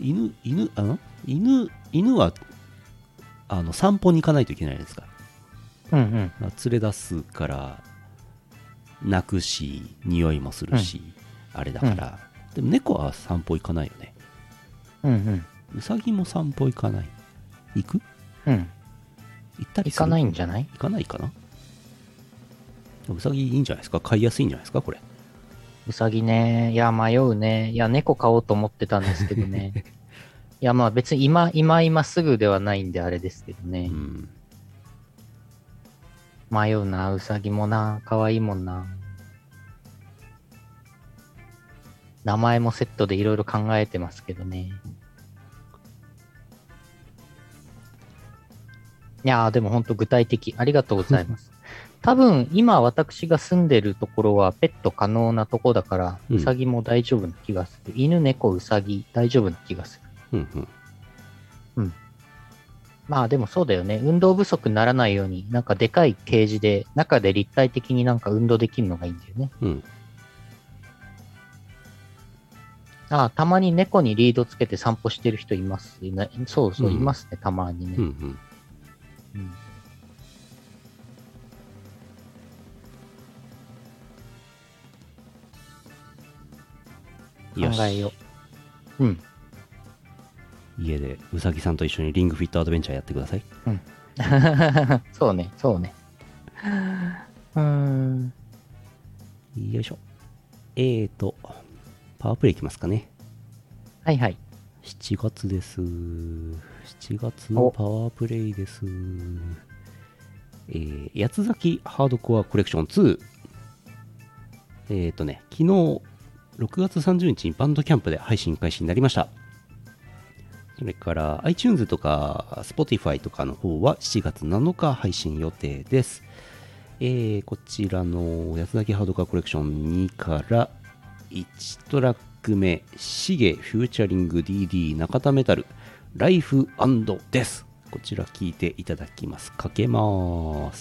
犬は、散歩に行かないといけないですか。連れ出すから、鳴くし、匂いもするし、あれだから。でも猫は散歩行かないよね。うさぎも散歩行かない。行く？行ったりする？行かないんじゃない？行かないかな。うさぎいいんじゃないですか。飼いやすいんじゃないですか、これ。 うさぎね。いや、迷うね。いや、猫飼おうと思ってたんですけどね。いや、まあ別に今すぐではないんであれですけどね。 うん。 迷うな、うさぎもな。可愛いもんな。名前もセットでいろいろ考えてますけどね。いやー、でも本当具体的。ありがとうございます。多分、今私が住んでるところはペット可能なとこだから、 うんうさぎも大丈夫な気がする。犬、猫、うさぎ大丈夫な気がする。 うんまあでもそうだよね。運動不足にならないように、なんかでかいケージで、中で立体的になんか運動できるのがいいんだよね。 うんああ、たまに猫にリードつけて散歩してる人います。そうそう、 うんいますね、たまにね。 うんうんよし考えよう。うん。 家でうさぎさんと一緒にリングフィットアドベンチャーやってください。 そうね、そうね。 よいしょ。パワープレイいきますかね。 はいはい。 7月です。7月のパワープレイです。八つ咲きハードコアコレクション2。昨日、6月30日にバンドキャンプで配信開始になりました。それから iTunes とか Spotify とかの方は7月7日配信予定です。こちらの八つ咲きハードコアコレクション2から1トラック目、シゲフューチャリング DD 中田メタルライフ&デス。こちら聞いていただきます。かけます。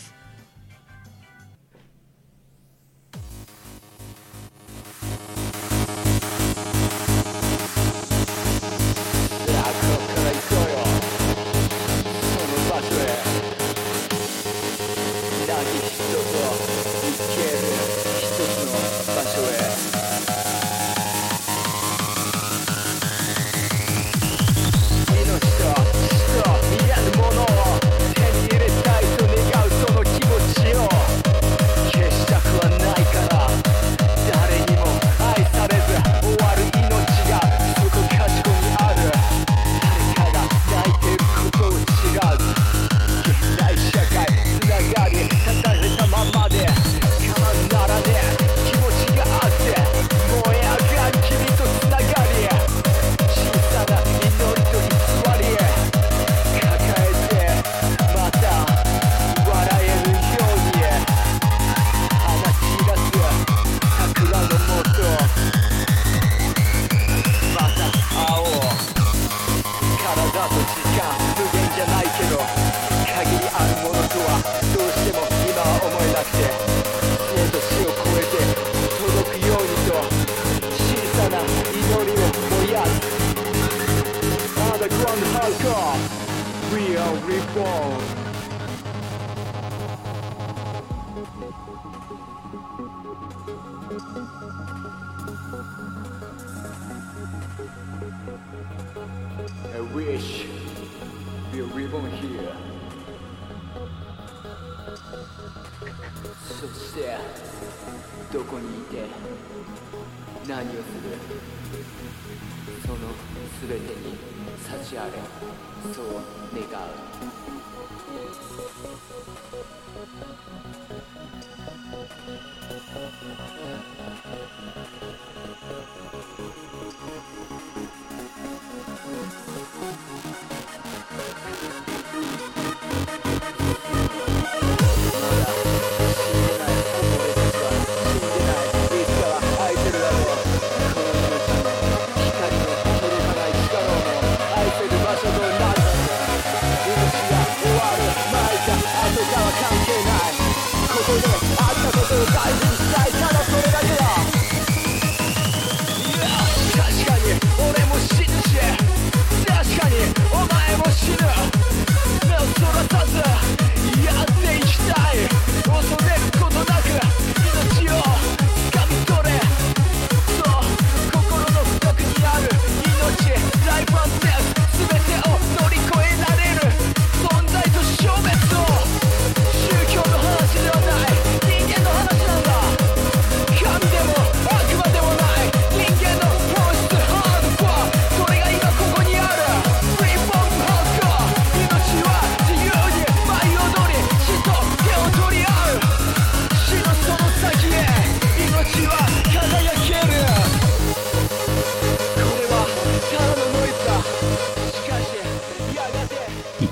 宗教の話ではない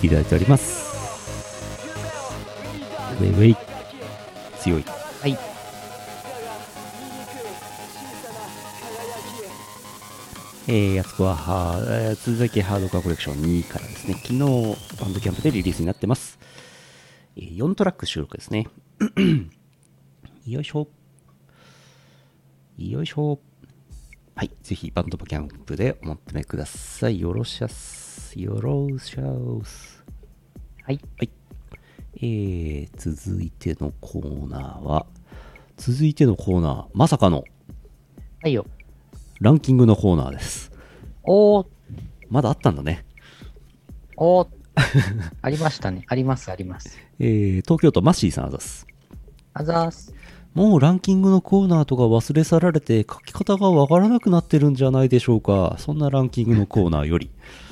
ていただいております。ウェイウェイ強い。 はい。 やつこは続きハードコアコレクション2からですね、昨日バンドキャンプでリリースになってます。4トラック収録ですね。よいしょ。よいしょ。はい。ぜひバンドキャンプでお求めください。よろしゃす。よろしゃす。はい。はい。続いてのコーナー、まさかの。 はいよ。 ランキングのコーナーです。 おー。 まだあったんだね。 おー。ありましたね。あります、あります。 東京都マッシーさんあざす。 あざーす。 もうランキングのコーナーとか忘れ去られて書き方がわからなくなってるんじゃないでしょうか。そんなランキングのコーナーより。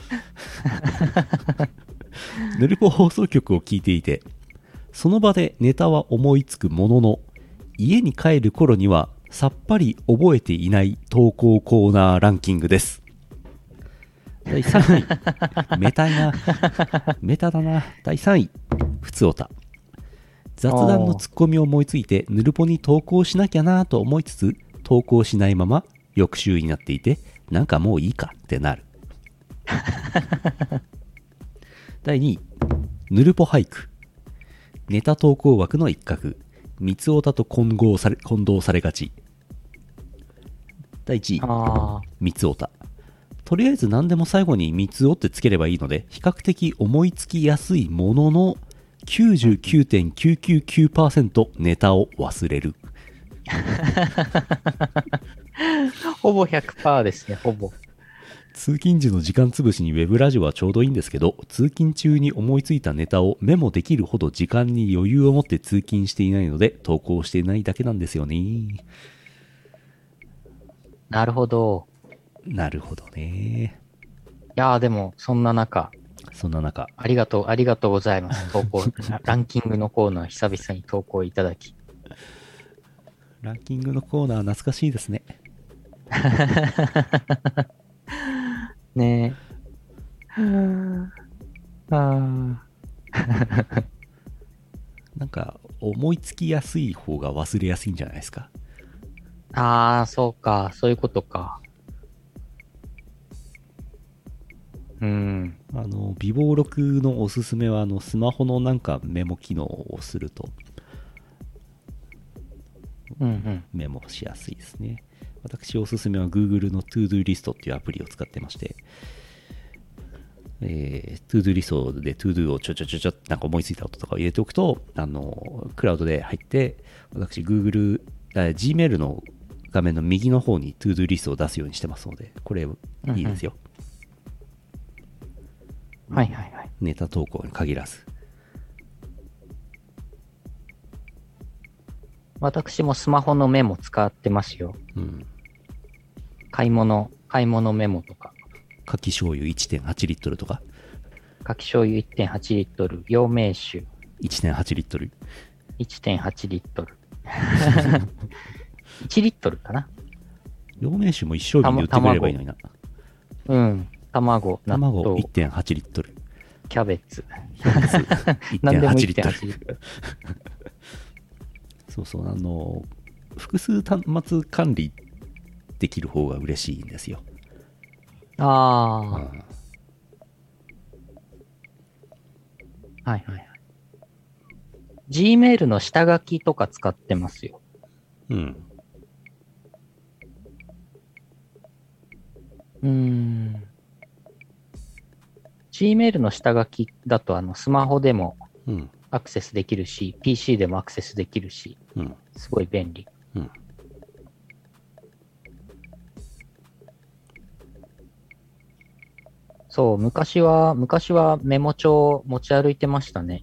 ヌルポ放送局を聞いていて、その場でネタは思いつくものの、家に帰る頃にはさっぱり覚えていない投稿コーナーランキングです。第3位メタだな。第3位ふつおた。雑談のツッコミを思いついてヌルポに投稿しなきゃなと思いつつ投稿しないまま翌週になっていて、なんかもういいかってなる。第2位ヌルポ俳句。ネタ投稿枠の一角、三つおたと混同されがち。第1位三つおた。とりあえず何でも最後に三つおってつければいいので比較的思いつきやすいものの 99.999% ネタを忘れる。 ほぼ 100% ですね、ほぼ。 通勤時の時間つぶしにウェブラジオはちょうどいいんですけど、通勤中に思いついたネタをメモできるほど時間に余裕を持って通勤していないので投稿していないだけなんですよね。 なるほど。 なるほどね。 いやーでも、そんな中。ありがとうございます。投稿、ランキングのコーナー、久々に投稿いただき。 ランキングのコーナー、懐かしいですね。 ねえ。 なんか、思いつきやすい方が忘れやすいんじゃないですか。 ああ、そうか。そういうことか。 備忘録のおすすめは、スマホのなんかメモ機能をすると、メモしやすいですね。私おすすめは Google の ToDo リストっていうアプリを使ってまして、ToDo リストで ToDo をちょなんか思いついたこととかを入れておくと、クラウドで入って、私 Gmail の画面の右の方に ToDo リストを出すようにしてますので、これいいですよ。 はいはいはい。 ネタ投稿に限らず。 私もスマホのメモ使ってますよ。買い物メモとか。 かき醤油 1.8 リットルとか。 かき醤油 1.8 リットル。陽明酒 1.8 リットル。 1.8 リットル。1リットルかな。 陽明酒も一升瓶で売ってくれればいいのにな。 卵 1.8 リットル。 キャベツ。 何でも 1.8 リットル。複数端末管理できる方が嬉しいんですよ。 はいはいはい。Gmail の下書きとか使ってますよ。Gmail の下書きだとスマホでもアクセスできるし、PC でもアクセスできるし、すごい便利。そう、昔はメモ帳持ち歩いてましたね。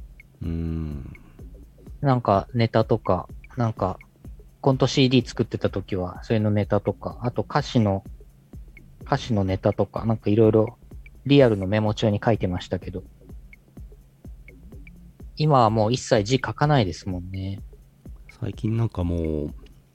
なんかネタとか、なんかコント CD 作ってた時は、それのネタとか、あと歌詞のネタとか、なんかいろいろリアルのメモ帳に書いてましたけど、今はもう一切字書かないですもんね。 最近なんかもう、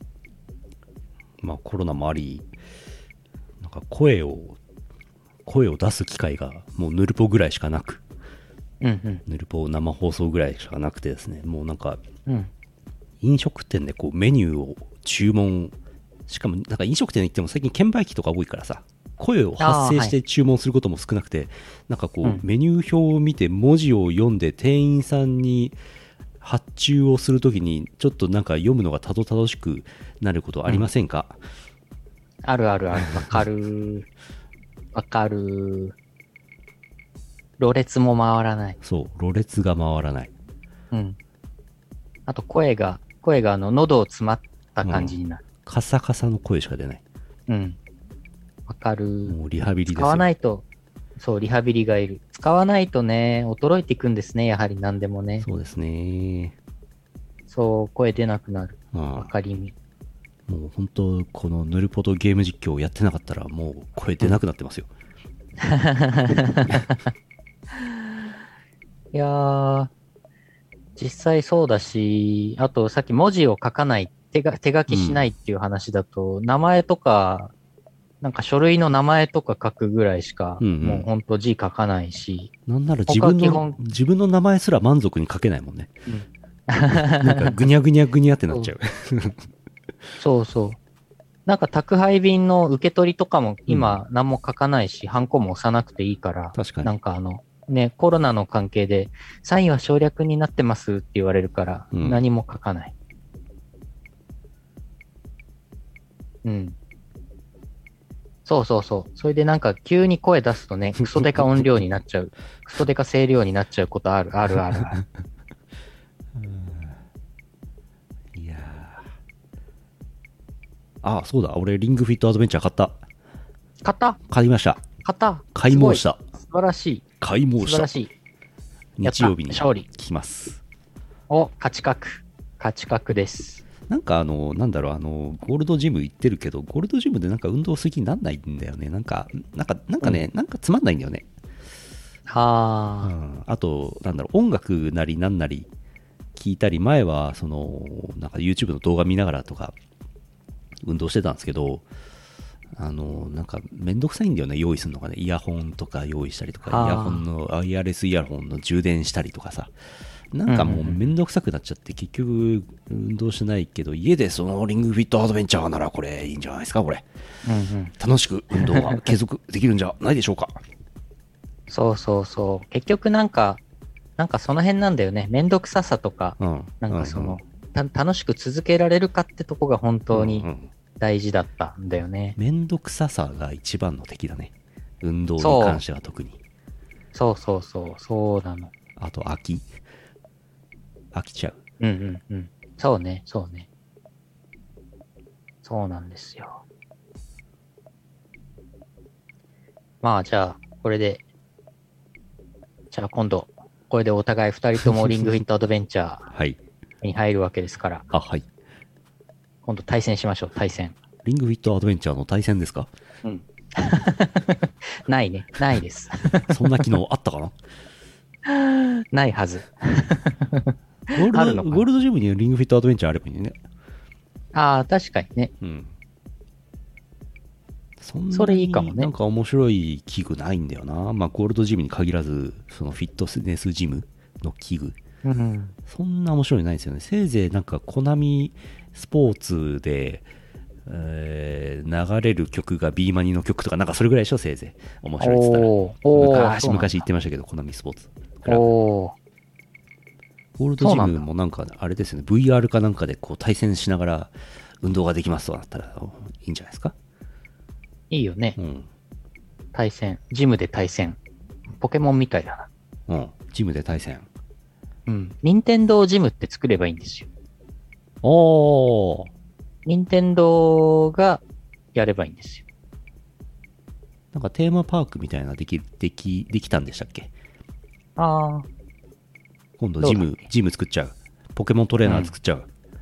コロナもあり、なんか声を出す機会がもうヌルポぐらいしかなく、 うんうん。 ヌルポ生放送ぐらいしかなくてですね、もうなんか、 うん。 飲食店でこうメニューを注文、しかもなんか飲食店に行っても最近券売機とか多いからさ、声を発声して注文することも少なくて、なんかこう、メニュー表を見て文字を読んで店員さんに発注をするときにちょっとなんか読むのがたどたどしくなることありませんか？ あるあるある。わかる。わかる。ろれつも回らない。 そう、ろれつが回らない。 うん。あと声が喉を詰まった感じになる。 カサカサの声しか出ない。 うん。わかる。 もうリハビリですよ。 使わないと、そう、リハビリがいる。使わないとね、衰えていくんですね、やはり何でもね。 そうですね。 そう、声出なくなる。 あわかりみ。 もう本当、このヌルポとゲーム実況をやってなかったら、もう声出なくなってますよ。 いやー、実際そうだし、あとさっき文字を書かない、手書きしないっていう話だと、名前とか、なんか書類の名前とか書くぐらいしか、もうほんと字書かないし。 なんなら自分の名前すら満足に書けないもんね。なんかぐにゃぐにゃぐにゃってなっちゃう。 そうそう。なんか宅配便の受け取りとかも今何も書かないし、ハンコも押さなくていいから、 確かに。 なんかね、コロナの関係で、サインは省略になってますって言われるから、何も書かない。うん。そうそうそう。それでなんか急に声出すとね、クソデカ音量になっちゃう。クソデカ声量になっちゃうことある。いやあ、そうだ。俺、リングフィットアドベンチャー買った。買いました。買い申した。 素晴らしい。 買い申した。 素晴らしい。 日曜日に勝利。 来ます。 勝ち確です。 なんかなんだろう、ゴールドジム行ってるけど、ゴールドジムでなんか運動する気になんないんだよね。なんかね、なんかつまんないんだよね。あと、なんだろう、音楽なりなんなり聞いたり、前は、なんか YouTube の動画見ながらとか、運動してたんですけど、なんかめんどくさいんだよね、用意するのがね。イヤホンとか用意したりとか、イヤホンの、ワイヤレスイヤホンの充電したりとかさ。なんかもうめんどくさくなっちゃって、結局運動してないけど、家でそのリングフィットアドベンチャーならこれいいんじゃないですか、これ。楽しく運動が継続できるんじゃないでしょうか。 そうそうそう。結局なんかその辺なんだよね。めんどくささとか、なんか楽しく続けられるかってとこが本当に大事だったんだよね。 めんどくささが一番の敵だね。運動に関しては特に。 そうなの。 あと飽きちゃう。 そうね。そうなんですよ。まあじゃあ、これで、今度、これでお互い2人ともリングフィットアドベンチャーに入るわけですから。 はい。 今度対戦しましょう、対戦。 リングフィットアドベンチャーの対戦ですか？ ないね。ないです。 そんな機能あったかなないはず。 ゴールドジムにリングフィットアドベンチャーあればいいね。 ああ、確かにね。それいいかもね。 なんか面白い器具ないんだよな。まあ、ゴールドジムに限らず、そのフィットネスジムの器具。そんな面白いのないですよね。せいぜいなんか、コナミスポーツで、流れる曲が B マニの曲とか、なんかそれぐらいでしょ、せいぜい。面白いって言ったら。昔言ってましたけど、コナミスポーツ。ゴールドジムもなんか、あれですよね、VR かなんかでこう対戦しながら運動ができますとなったらいいんじゃないですか。 いいよね。対戦。ジムで対戦。ポケモンみたいだな。ジムで対戦。 任天堂ジムって作ればいいんですよ。任天堂がやればいいんですよ。 なんかテーマパークみたいなできたんでしたっけ？今度ジム作っちゃう。ポケモントレーナー作っちゃう。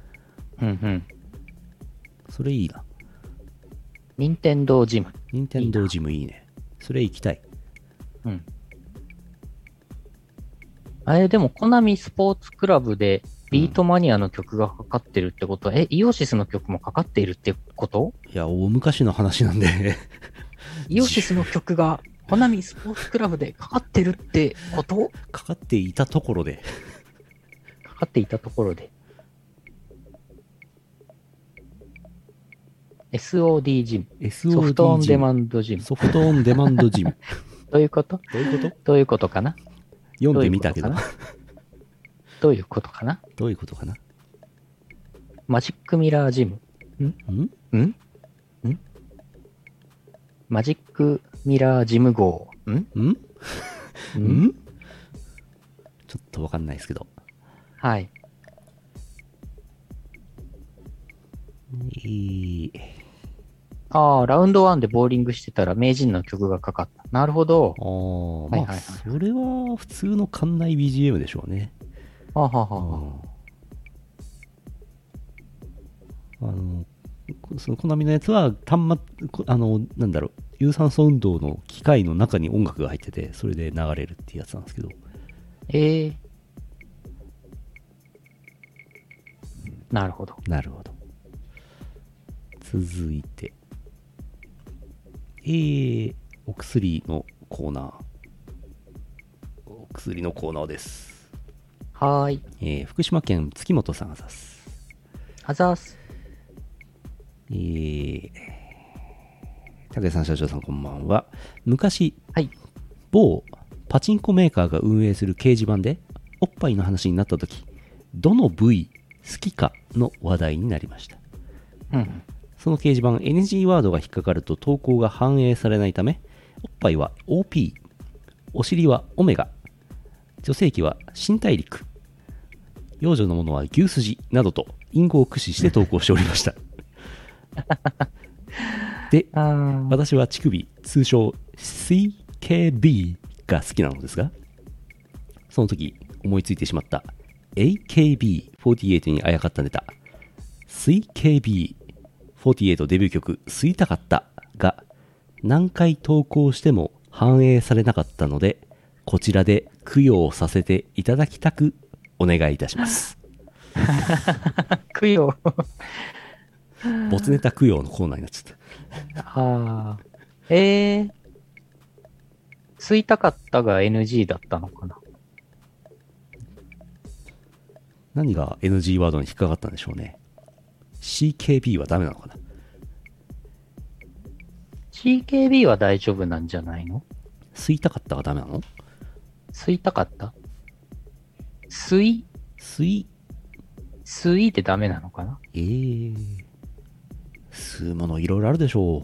それいいな。 任天堂ジムいいね。それ行きたい。 あれ、でも、コナミスポーツクラブでビートマニアの曲がかかってるってことは、イオシスの曲もかかっているってこと？ いや、大昔の話なんでイオシスの曲がコナミスポーツクラブでかかってるってことかかっていたところで。 かかっていたところで。SOD ジム。 SOD ソフトオンデマンドジム。 ソフトオンデマンドジム。 どういうことどういうこと？ どういうことかな読んでみたけど。 どういうことかなどういうことかな？ マジックミラージム。んマジックミラージム号。 んちょっとわかんないですけど。 はい。ああ、ラウンド1でボーリングしてたら名人の曲がかかった。なるほど。 まあ、それは普通の館内 BGM でしょうね。 ははは。 そのコナミのやつは端末、なんだろう、有酸素運動の機械の中に音楽が入ってて、それで流れるっていうやつなんですけど。 なるほど。 なるほど。続いて、お薬のコーナー。お薬のコーナーです。 はーい。 福島県月本さんあざす。 あざーす。 武さん社長さんこんばんは。昔、 はい、 某パチンコメーカーが運営する掲示板でおっぱいの話になった時、どの部位好きかの話題になりました。その掲示板 NG ワードが引っかかると投稿が反映されないため、おっぱいは OP、 お尻はオメガ、女性器は新大陸、幼女のものは牛すじなどと隠語を駆使して投稿しておりましたで、私は乳首、通称 CKB が好きなのですが、その時思いついてしまった AKB48 にあやかったネタ CKB48 デビュー曲吸いたかったが何回投稿しても反映されなかったので、こちらで供養させていただきたくお願いいたします供養没ネタ供養のコーナーになっちゃった吸いたかったが NG だったのかな。 何が NG ワードに引っかかったんでしょうね。 CKB はダメなのかな。 CKB は大丈夫なんじゃないの。 吸いたかったがダメなの。 吸いたかった吸いってダメなのかな。 吸うものいろいろあるでしょう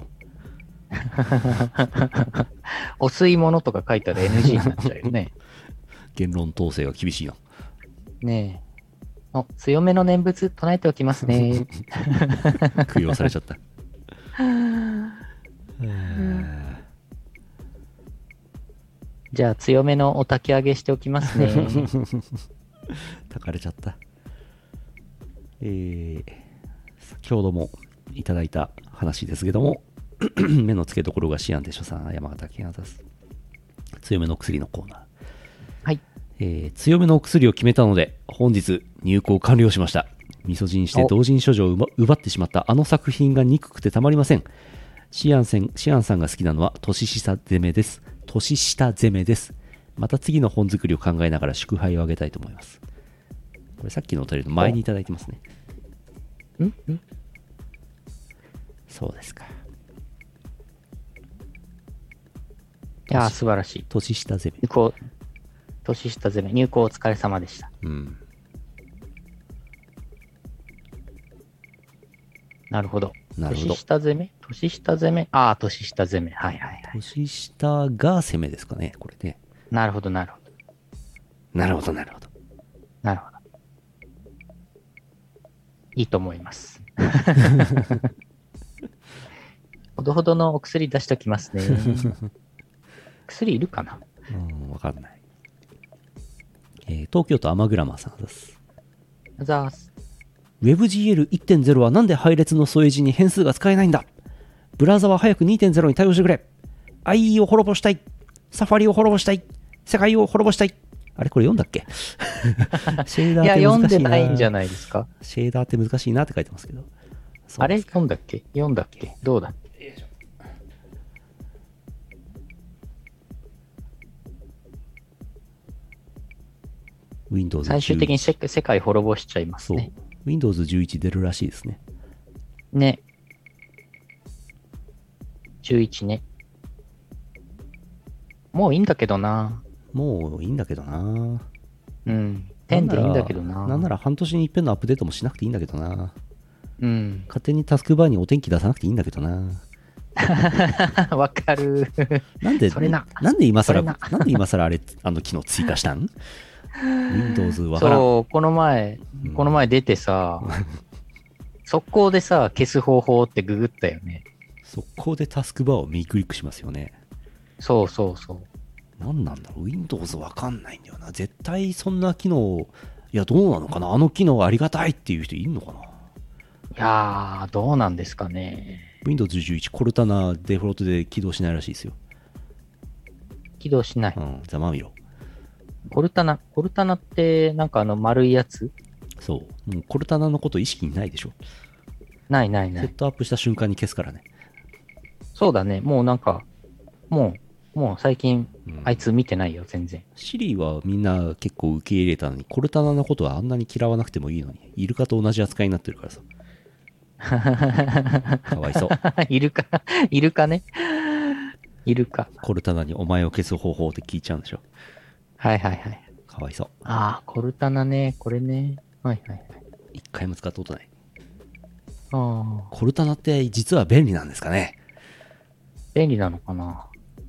お吸い物とか書いたら NG になっちゃうよね言論統制が厳しいな。 ねえ、強めの念仏唱えておきますね供養されちゃったじゃあ強めのお焚き上げしておきますねたかれちゃった。先ほどもいただいた話ですけども目の付けどころがシアンでしょさん、山形県あざす。強めの薬のコーナー。 はい。 強めのお薬を決めたので本日入稿完了しました。みそじにして同人処女を奪ってしまったあの作品が憎くてたまりません。シアンさんが好きなのは年下攻めです。年下攻めです。また次の本作りを考えながら祝杯をあげたいと思います。これさっきのお便りの前にいただいてますね。そうですか。 いやー、素晴らしい。 年下攻め。 年下攻め。入校お疲れ様でした。なるほど。年下攻め。年下攻め。年下攻め。はいはいはい。 年下が攻めですかね、これね。 なるほどなるほど。 なるほどなるほど。 なるほど。いいと思います。ほどほどのお薬出しときますね。薬いるかな。 わかんない。東京都アマグラマーさんです。 ざーす。 WebGL1.0 はなんで配列の添え字に変数が使えないんだ。ブラウザは早く 2.0 に対応してくれ。IE を滅ぼしたい。サファリを滅ぼしたい。世界を滅ぼしたい。あれこれ読んだっけシェーダーって難しいな。いや、 読んでないんじゃないですか。 シェーダーって難しいなって書いてますけど。 あれ読んだっけどうだっけ。 Windows 11。 最終的に世界滅ぼしちゃいますそう。 ね。 Windows 11出るらしいですね。 ね。11ね。もういいんだけどな。 もういいんだけどな。 うん。10でいいんだけどな。 なんなら半年に一遍のアップデートもしなくていいんだけどな。 うん。 勝手にタスクバーにお天気出さなくていいんだけどな。 わかる。 なんで、 それな。 なんで今更、 それななんで今更あれ、機能追加したん？ Windows わからん。 そう、この前出てさ、速攻でさ、消す方法ってググったよね。 速攻でタスクバーを右クリックしますよね。 そうそうそう。 なんなんだろう、Windows わかんないんだよな。絶対そんな機能、いや、どうなのかな、あの機能ありがたいっていう人いるのかな。 いやー、どうなんですかね。 Windows 11、コルタナデフォルトで起動しないらしいですよ。 起動しない。 うん、ざまみろ。 コルタナってなんか丸いやつ？ そう。もうコルタナのこと意識にないでしょ。 ないないない。 セットアップした瞬間に消すからね。 そうだね。もうなんか、もう最近、 うんあいつ見てないよ、全然。 シリはみんな結構受け入れたのに、コルタナのことはあんなに嫌わなくてもいいのに、イルカと同じ扱いになってるからさ。かわいそう。 イルカね。イルカ。 コルタナにお前を消す方法って聞いちゃうんでしょ。 はいはいはい。 かわいそう。 ああ、コルタナね。これね。はいはいはい。 一回も使ったことない。 ああ、 コルタナって実は便利なんですかね。 便利なのかな。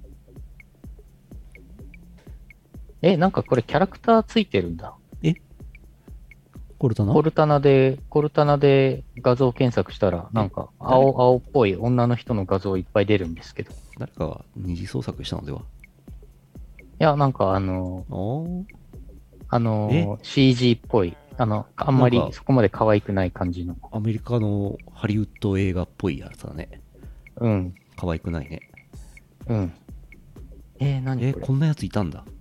なんかこれキャラクターついてるんだ。 コルタナ？ コルタナで画像検索したら、なんか青っぽい女の人の画像いっぱい出るんですけど。い誰かが二次創作したのでは？ や、なんかおー CG っぽい、あんまりなんかそこまで可愛くない感じの。 アメリカのハリウッド映画っぽいやつだね。 うん、 可愛くないね。 うん。何これ。 こんなやついたんだ。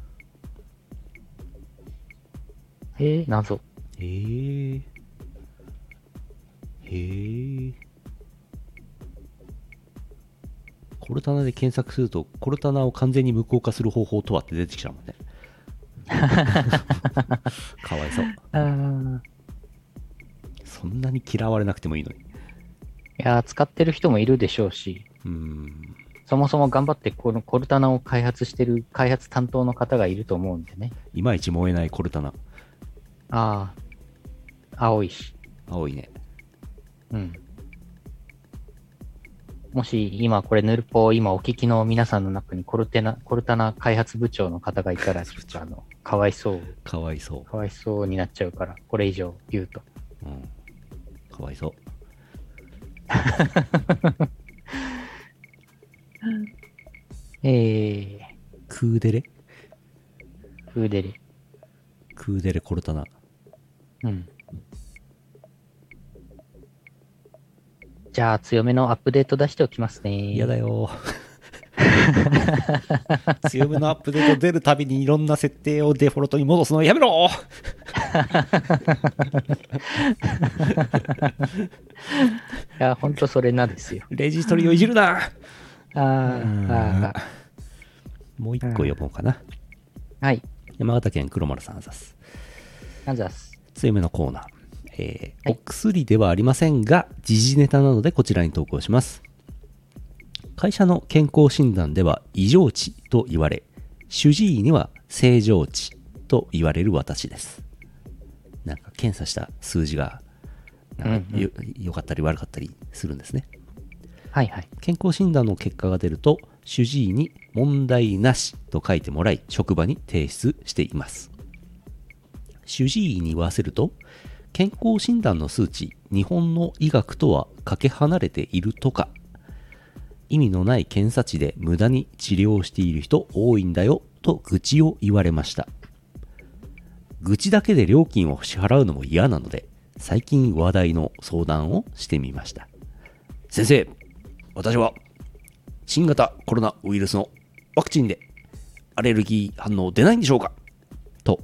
謎。 へえ。コルタナで検索すると、コルタナを完全に無効化する方法とはって出てきちゃうもんね。かわいそう。そんなに嫌われなくてもいいのに。 いやー、使ってる人もいるでしょうし、そもそも頑張ってこのコルタナを開発してる開発担当の方がいると思うんでね。 いまいち燃えないコルタナ。 ああ、青いし。 青いね。 うん。もし今これヌルポ今お聞きの皆さんの中にコルタナ開発部長の方がいたらちょっとかわいそうになっちゃうから、これ以上言うと。 かわいそう。クーデレコルタナ。 うん。じゃあ強めのアップデート出しておきますね。 嫌だよ。強めのアップデート出るたびにいろんな設定をデフォルトに戻すのやめろ。 いや、ほんとそれなですよ。 レジストリをいじるな。もう一個読もうかな。 はい。 山形県黒丸さんあざす。 あざす。 強めのコーナー。お薬ではありませんが、時事ネタなのでこちらに投稿します。会社の健康診断では異常値と言われ、主治医には正常値と言われる私です。なんか検査した数字がなんか良かったり悪かったりするんですね。 はいはい。 健康診断の結果が出ると、主治医に問題なしと書いてもらい、職場に提出しています。主治医に言わせると、健康診断の数値、日本の医学とはかけ離れているとか、意味のない検査値で無駄に治療している人多いんだよと愚痴を言われました。愚痴だけで料金を支払うのも嫌なので、最近話題の相談をしてみました。先生、私は新型コロナウイルスのワクチンでアレルギー反応出ないんでしょうかと。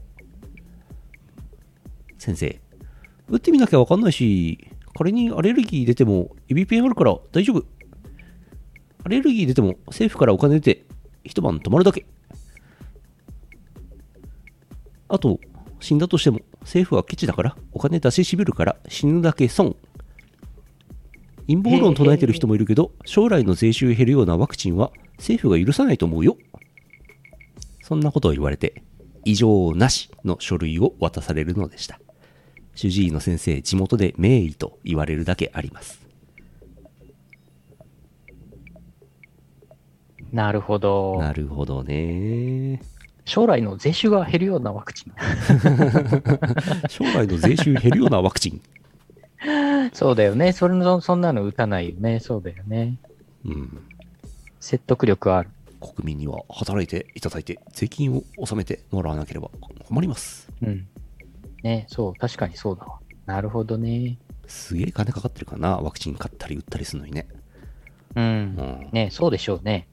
先生、打ってみなきゃわかんないし、仮にアレルギー出てもエビペンあるから大丈夫。アレルギー出ても政府からお金出て一晩泊まるだけ。あと死んだとしても政府はケチだからお金出ししびるから死ぬだけ損。陰謀論唱えてる人もいるけど、将来の税収減るようなワクチンは政府が許さないと思うよ。そんなことを言われて、異常なしの書類を渡されるのでした。主治医の先生、地元で名医と言われるだけあります。 なるほど。 なるほどね。 将来の税収が減るようなワクチン。 将来の税収減るようなワクチン。 そうだよね。そんなの打たないよね。そうだよね。 うん。 説得力ある。 国民には働いていただいて税金を納めてもらわなければ困ります。 うん。ね、そう、確かにそうだわ。なるほどね。 すげえ金かかってるかな、ワクチン買ったり打ったりするのにね。 うん。ね、そうでしょうね。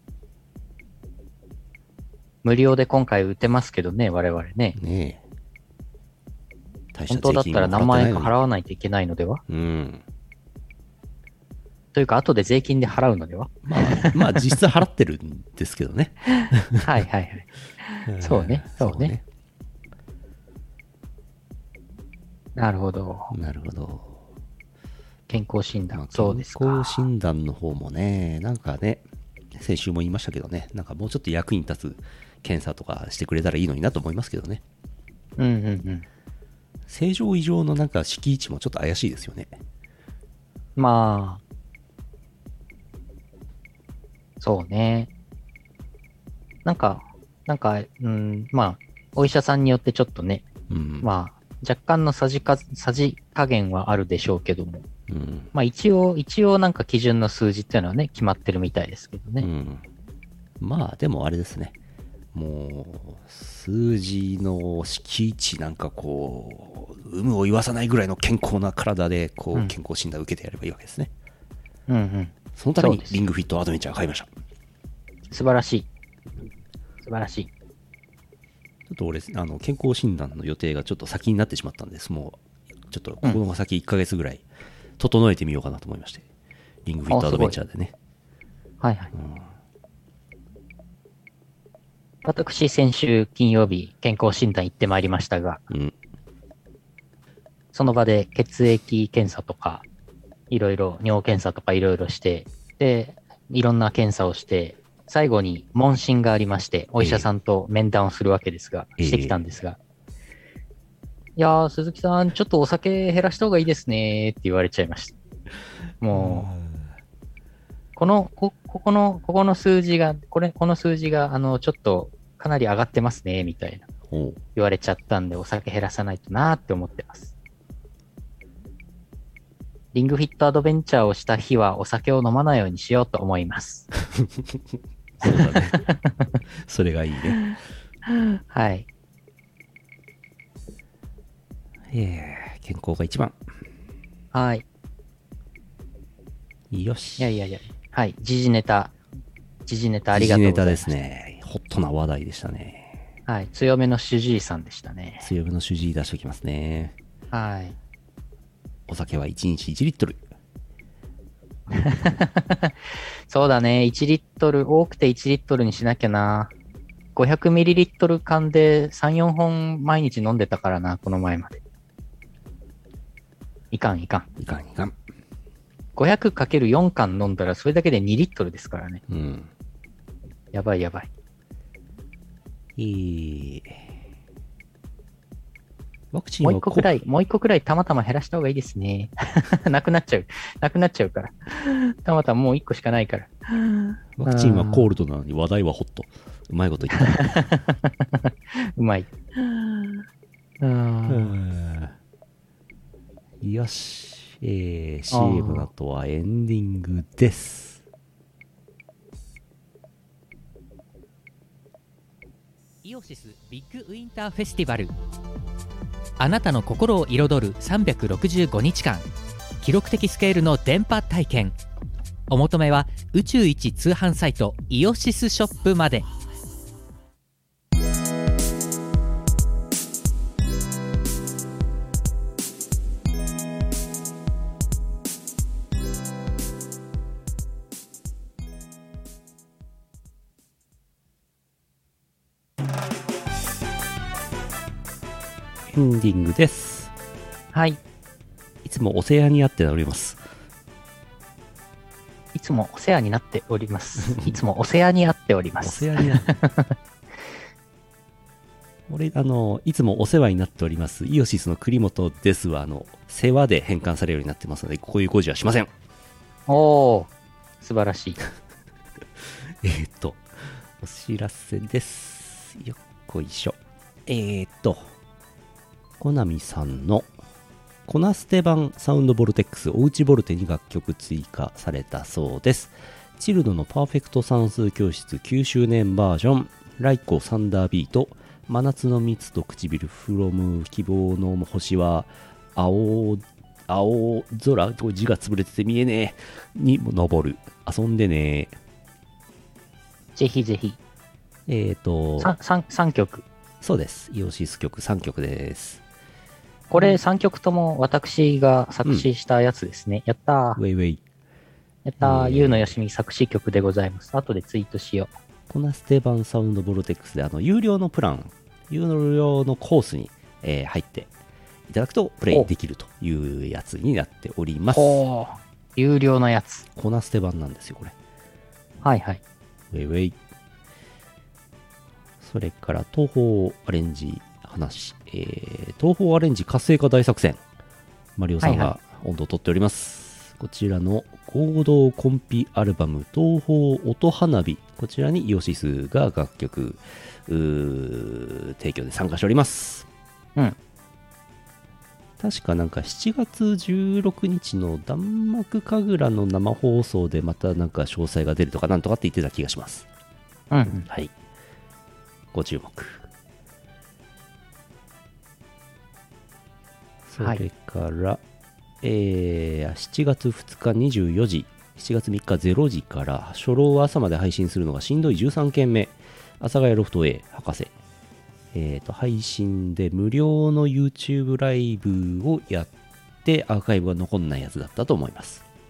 無料で今回打てますけどね、我々ね。 ねえ。 本当だったら何万円か払わないといけないのでは？ うん。 というか、後で税金で払うのでは？ まあ実質払ってるんですけどね。 はいはいはい。そうね、そうね。なるほど。 なるほど。 健康診断、そうですか。 健康診断の方もね、なんかね、先週も言いましたけどね、なんかもうちょっと役に立つ検査とかしてくれたらいいのになと思いますけどね。 うんうんうん。 正常異常のなんか敷地もちょっと怪しいですよね。 まあ、そうね。なんか、まあ、お医者さんによってちょっとね、まあ、若干のさじ加減はあるでしょうけども、まあ一応なんか基準の数字っていうのはね、決まってるみたいですけどね。 まあでもあれですね。もう、数字の敷地なんかこう、有無を言わさないぐらいの健康な体で、こう、健康診断を受けてやればいいわけですね。そのためにリングフィットアドベンチャー買いました。 素晴らしい。素晴らしい。 ちょっと俺、健康診断の予定がちょっと先になってしまったんです。もう、ちょっとここの先1ヶ月ぐらい、整えてみようかなと思いまして。リングフィットアドベンチャーでね。 はいはい。私、先週金曜日、健康診断行ってまいりましたが、その場で血液検査とか、いろいろ、尿検査とかいろいろして、で、いろんな検査をして、最後に問診がありまして、お医者さんと面談をするわけですが、してきたんですが、いやー、鈴木さん、ちょっとお酒減らした方がいいですねって言われちゃいました。もう、この数字が、この数字が、ちょっとかなり上がってますね、みたいな。言われちゃったんで、お酒減らさないとなーって思ってます。リングフィットアドベンチャーをした日はお酒を飲まないようにしようと思います。 そうだね。それがいいね。 はい。 健康が一番。 はい。 よし。 いや。はい。時事ネタありがとうございます。時事ネタですね。ホットな話題でしたね。 はい。強めの主治医さんでしたね。 強めの主治医出しておきますね。 はい。 お酒は1日1リットル。 そうだね。1リットル、多くて1リットルにしなきゃな。500ミリリットル缶で3、4本毎日飲んでたからな、この前まで。いかん。500×4 缶飲んだらそれだけで2リットルですからね。やばい。ワクチンはもう一個くらいたまたま減らした方がいいですね。なくなっちゃうから。たまたまもう1個しかないから。 ワクチンはコールドなのに話題はホット。うまいこと言った。 うまい。 よし。CM の後はエンディングです。 イオシスビッグウィンターフェスティバル。あなたの心を彩る365日間、記録的スケールの電波体験。お求めは宇宙一通販サイトイオシスショップまで。 エンディングです。 はい。 いつもお世話になっております。 いつもお世話になっております。いつもお世話になっておりまおす。 世話になって俺、いつもお世話になっております。イオシスの栗本ですは、世話で変換されるようになってますので、こういう語字はしません。 おー、素晴らしい。 お知らせです。よっこいしょ。コナミさんのコナステ版サウンドボルテックスおうちボルテに楽曲追加されたそうです。チルドのパーフェクト算数教室9周年バージョン、ライコサンダービート、真夏の蜜と唇、フロム希望の星は青空、字が潰れてて見えねえに登る、遊んでねぜひぜひ。3曲。 そうです。イオシス曲3曲です。 これ3曲とも私が作詞したやつですね。やったー。 ウェイウェイ。 やったー。ゆうのよしみ作詞曲でございます。後でツイートしよう。 コナステ版サウンドボルテックスで有料のプラン、有料のコースに、入っていただくとプレイできるというやつになっております。 有料のやつ。 コナステ版なんですよ、これ。 はいはい。 ウェイウェイ。それから東宝アレンジ話、東宝アレンジ活性化大作戦、マリオさんが温度を取っております、こちらの合同コンピアルバム東宝音花火、こちらにイオシスが楽曲提供で参加しております。確かなんか7月16日の弾幕神楽の生放送でまたなんか詳細が出るとかなんとかって言ってた気がします。はい、ご注目。それから、7月2日24時、7月3日0時から初老は朝まで配信するのがしんどい13件目、阿佐ヶ谷ロフト A 博士、配信で無料の YouTube ライブをやってアーカイブが残んないやつだったと思います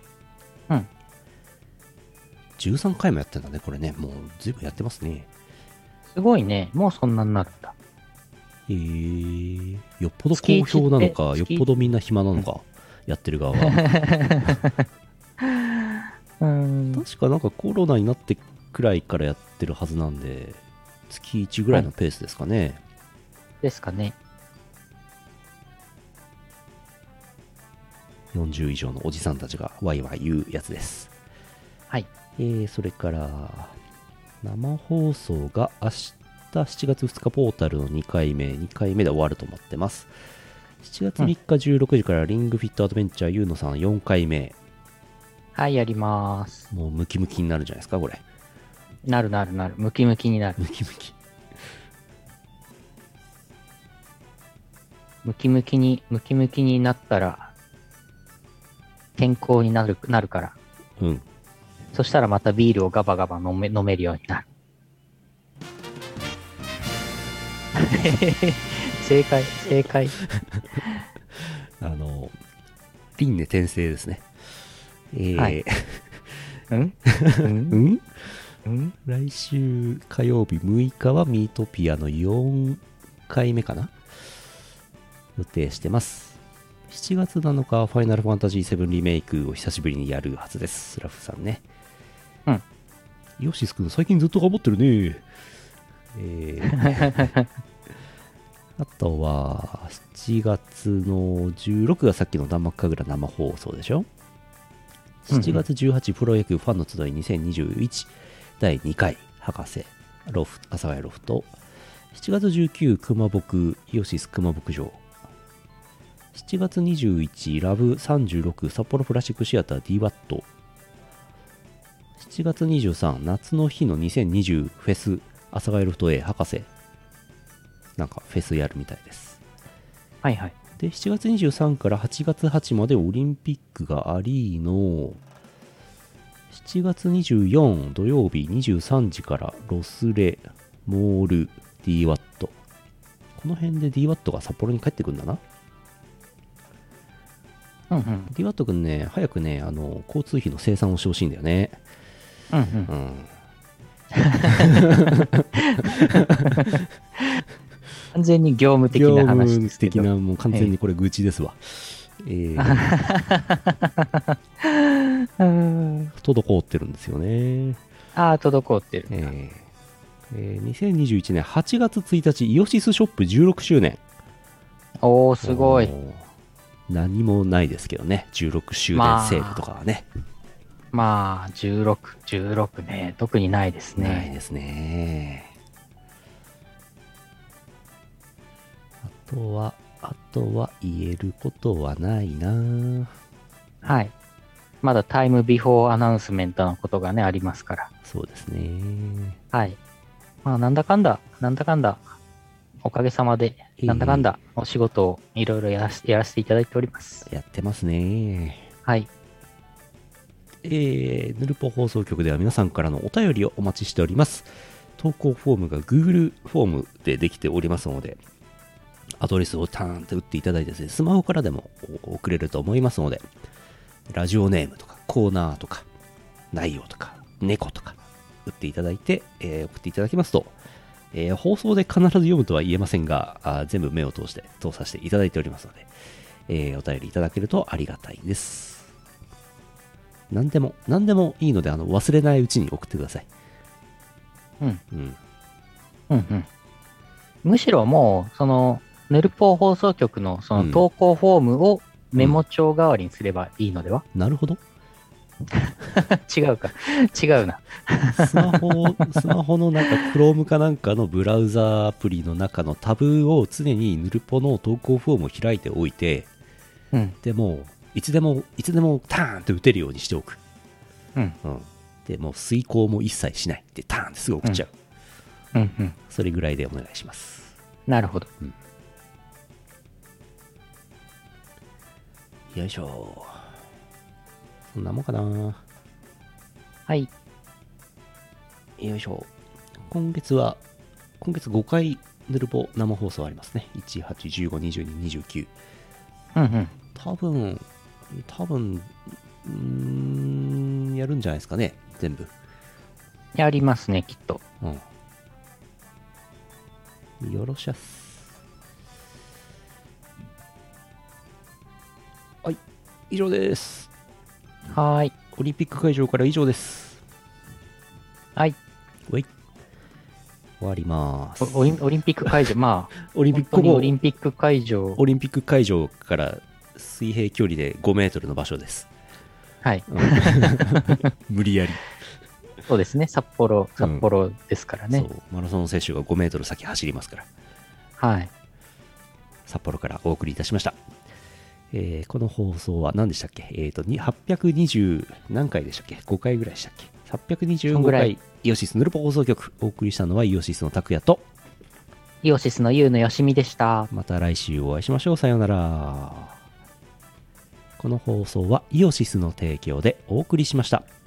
。13回もやってんだね、これね。もう随分やってますね。 すごいね。もうそんなになるんだ。 よっぽど好評なのか、よっぽどみんな暇なのか、やってる側は。確かなんかコロナになってくらいからやってるはずなんで、月1ぐらいのペースですかね。 ですかね。 40以上のおじさんたちがワイワイ言うやつです。 はい。 それから生放送が明日7月2日ポータルの2回目で終わると思ってます。7月3日16時からリングフィットアドベンチャーゆうのさん4回目。 はい、やります。 もうムキムキになるんじゃないですか、これ。 なる。ムキムキになる。ムキムキになったら健康になるから。そしたらまたビールをガバガバ飲めるようになる。正解。 輪廻転生ですね。来週火曜日6日はミートピアの4回目かな、予定してます。7月7日ファイナルファンタジー7リメイクを久しぶりにやるはずです。スラフさんね。ヨシス君最近ずっと頑張ってるね。あとは7月の16がさっきの弾幕神楽生放送でしょ。7月18プロ野球ファンの集い2021第2回博士阿佐ヶ谷ロフト。7月19熊牧イオシス熊牧場。7月21ラブ36札幌プラスチックシアター DWAT。7月23夏の日の2020フェス阿佐ヶ谷ロフト A 博士。なんかフェスやるみたいです。 はいはい。 で7月23から8月8までオリンピックがありの、7月24土曜日23時からロスレモール DWAT。 この辺で DWAT が札幌に帰ってくるんだな。DWAT 君ね、早くね、交通費の生産をしてほしいんだよね。 完全に業務的業な話務ですけど。 的な、もう完全にこれ愚痴ですわ。滞ってるんですよね。 ああ、滞ってる。 2021年8月1日、イオシスショップ16周年。 おー、すごい。 何もないですけどね、16周年セールとかはね。 まあ、16ね、特にないですね。 ないですね。あとは言えることはないな。 はい。まだタイムビフォーアナウンスメントのことがね、ありますから。 そうですね。 はい。まあ、なんだかんだ、おかげさまで、なんだかんだ、お仕事をいろいろやらせていただいております。 やってますね。 はい。 ヌルポ放送局では皆さんからのお便りをお待ちしております。投稿フォームが Google フォームでできておりますので、アドレスをターンと打っていただいてですね、スマホからでも送れると思いますので、ラジオネームとかコーナーとか内容とか猫とか打っていただいて、送っていただきますと、放送で必ず読むとは言えませんが、全部目を通させていただいておりますので、お便りいただけるとありがたいです。何でもいいので、忘れないうちに送ってください。 うんうん。むしろもう、ヌルポ放送局のその投稿フォームをメモ帳代わりにすればいいのでは、 なるほど。 違うな。 スマホのなんか Chrome かなんかのブラウザアプリの中のタブを常にヌルポの投稿フォームを開いておいて、でもいつでもターンって打てるようにしておく。でもう遂行も一切しないでターンってすぐ送っちゃう。それぐらいでお願いします。 なるほど。 よいしょ。そんなもんかな。 はい。 よいしょ。今月5回ヌルポ生放送ありますね。1、8、15、22、29。多分やるんじゃないですかね、全部。 やりますね、きっと。 よろしゃす。はい、以上です。 はーい。 オリンピック会場から以上です。 はい。 終わります。 オリンピック会場、まあ、 オリンピック会場から水平距離で5メートルの場所です。 はい。 無理やり。 そうですね、札幌ですからね。 そう、マラソン選手が5メートル先走りますから。 はい。 札幌からお送りいたしました。この放送は何でしたっけ820何回でしたっけ ?5 回ぐらいでしたっけ ?825 回イオシスヌルポ放送局。お送りしたのはイオシスの拓也とイオシスのユウのよしみでした。 また来週お会いしましょう。さようなら。この放送はイオシスの提供でお送りしました。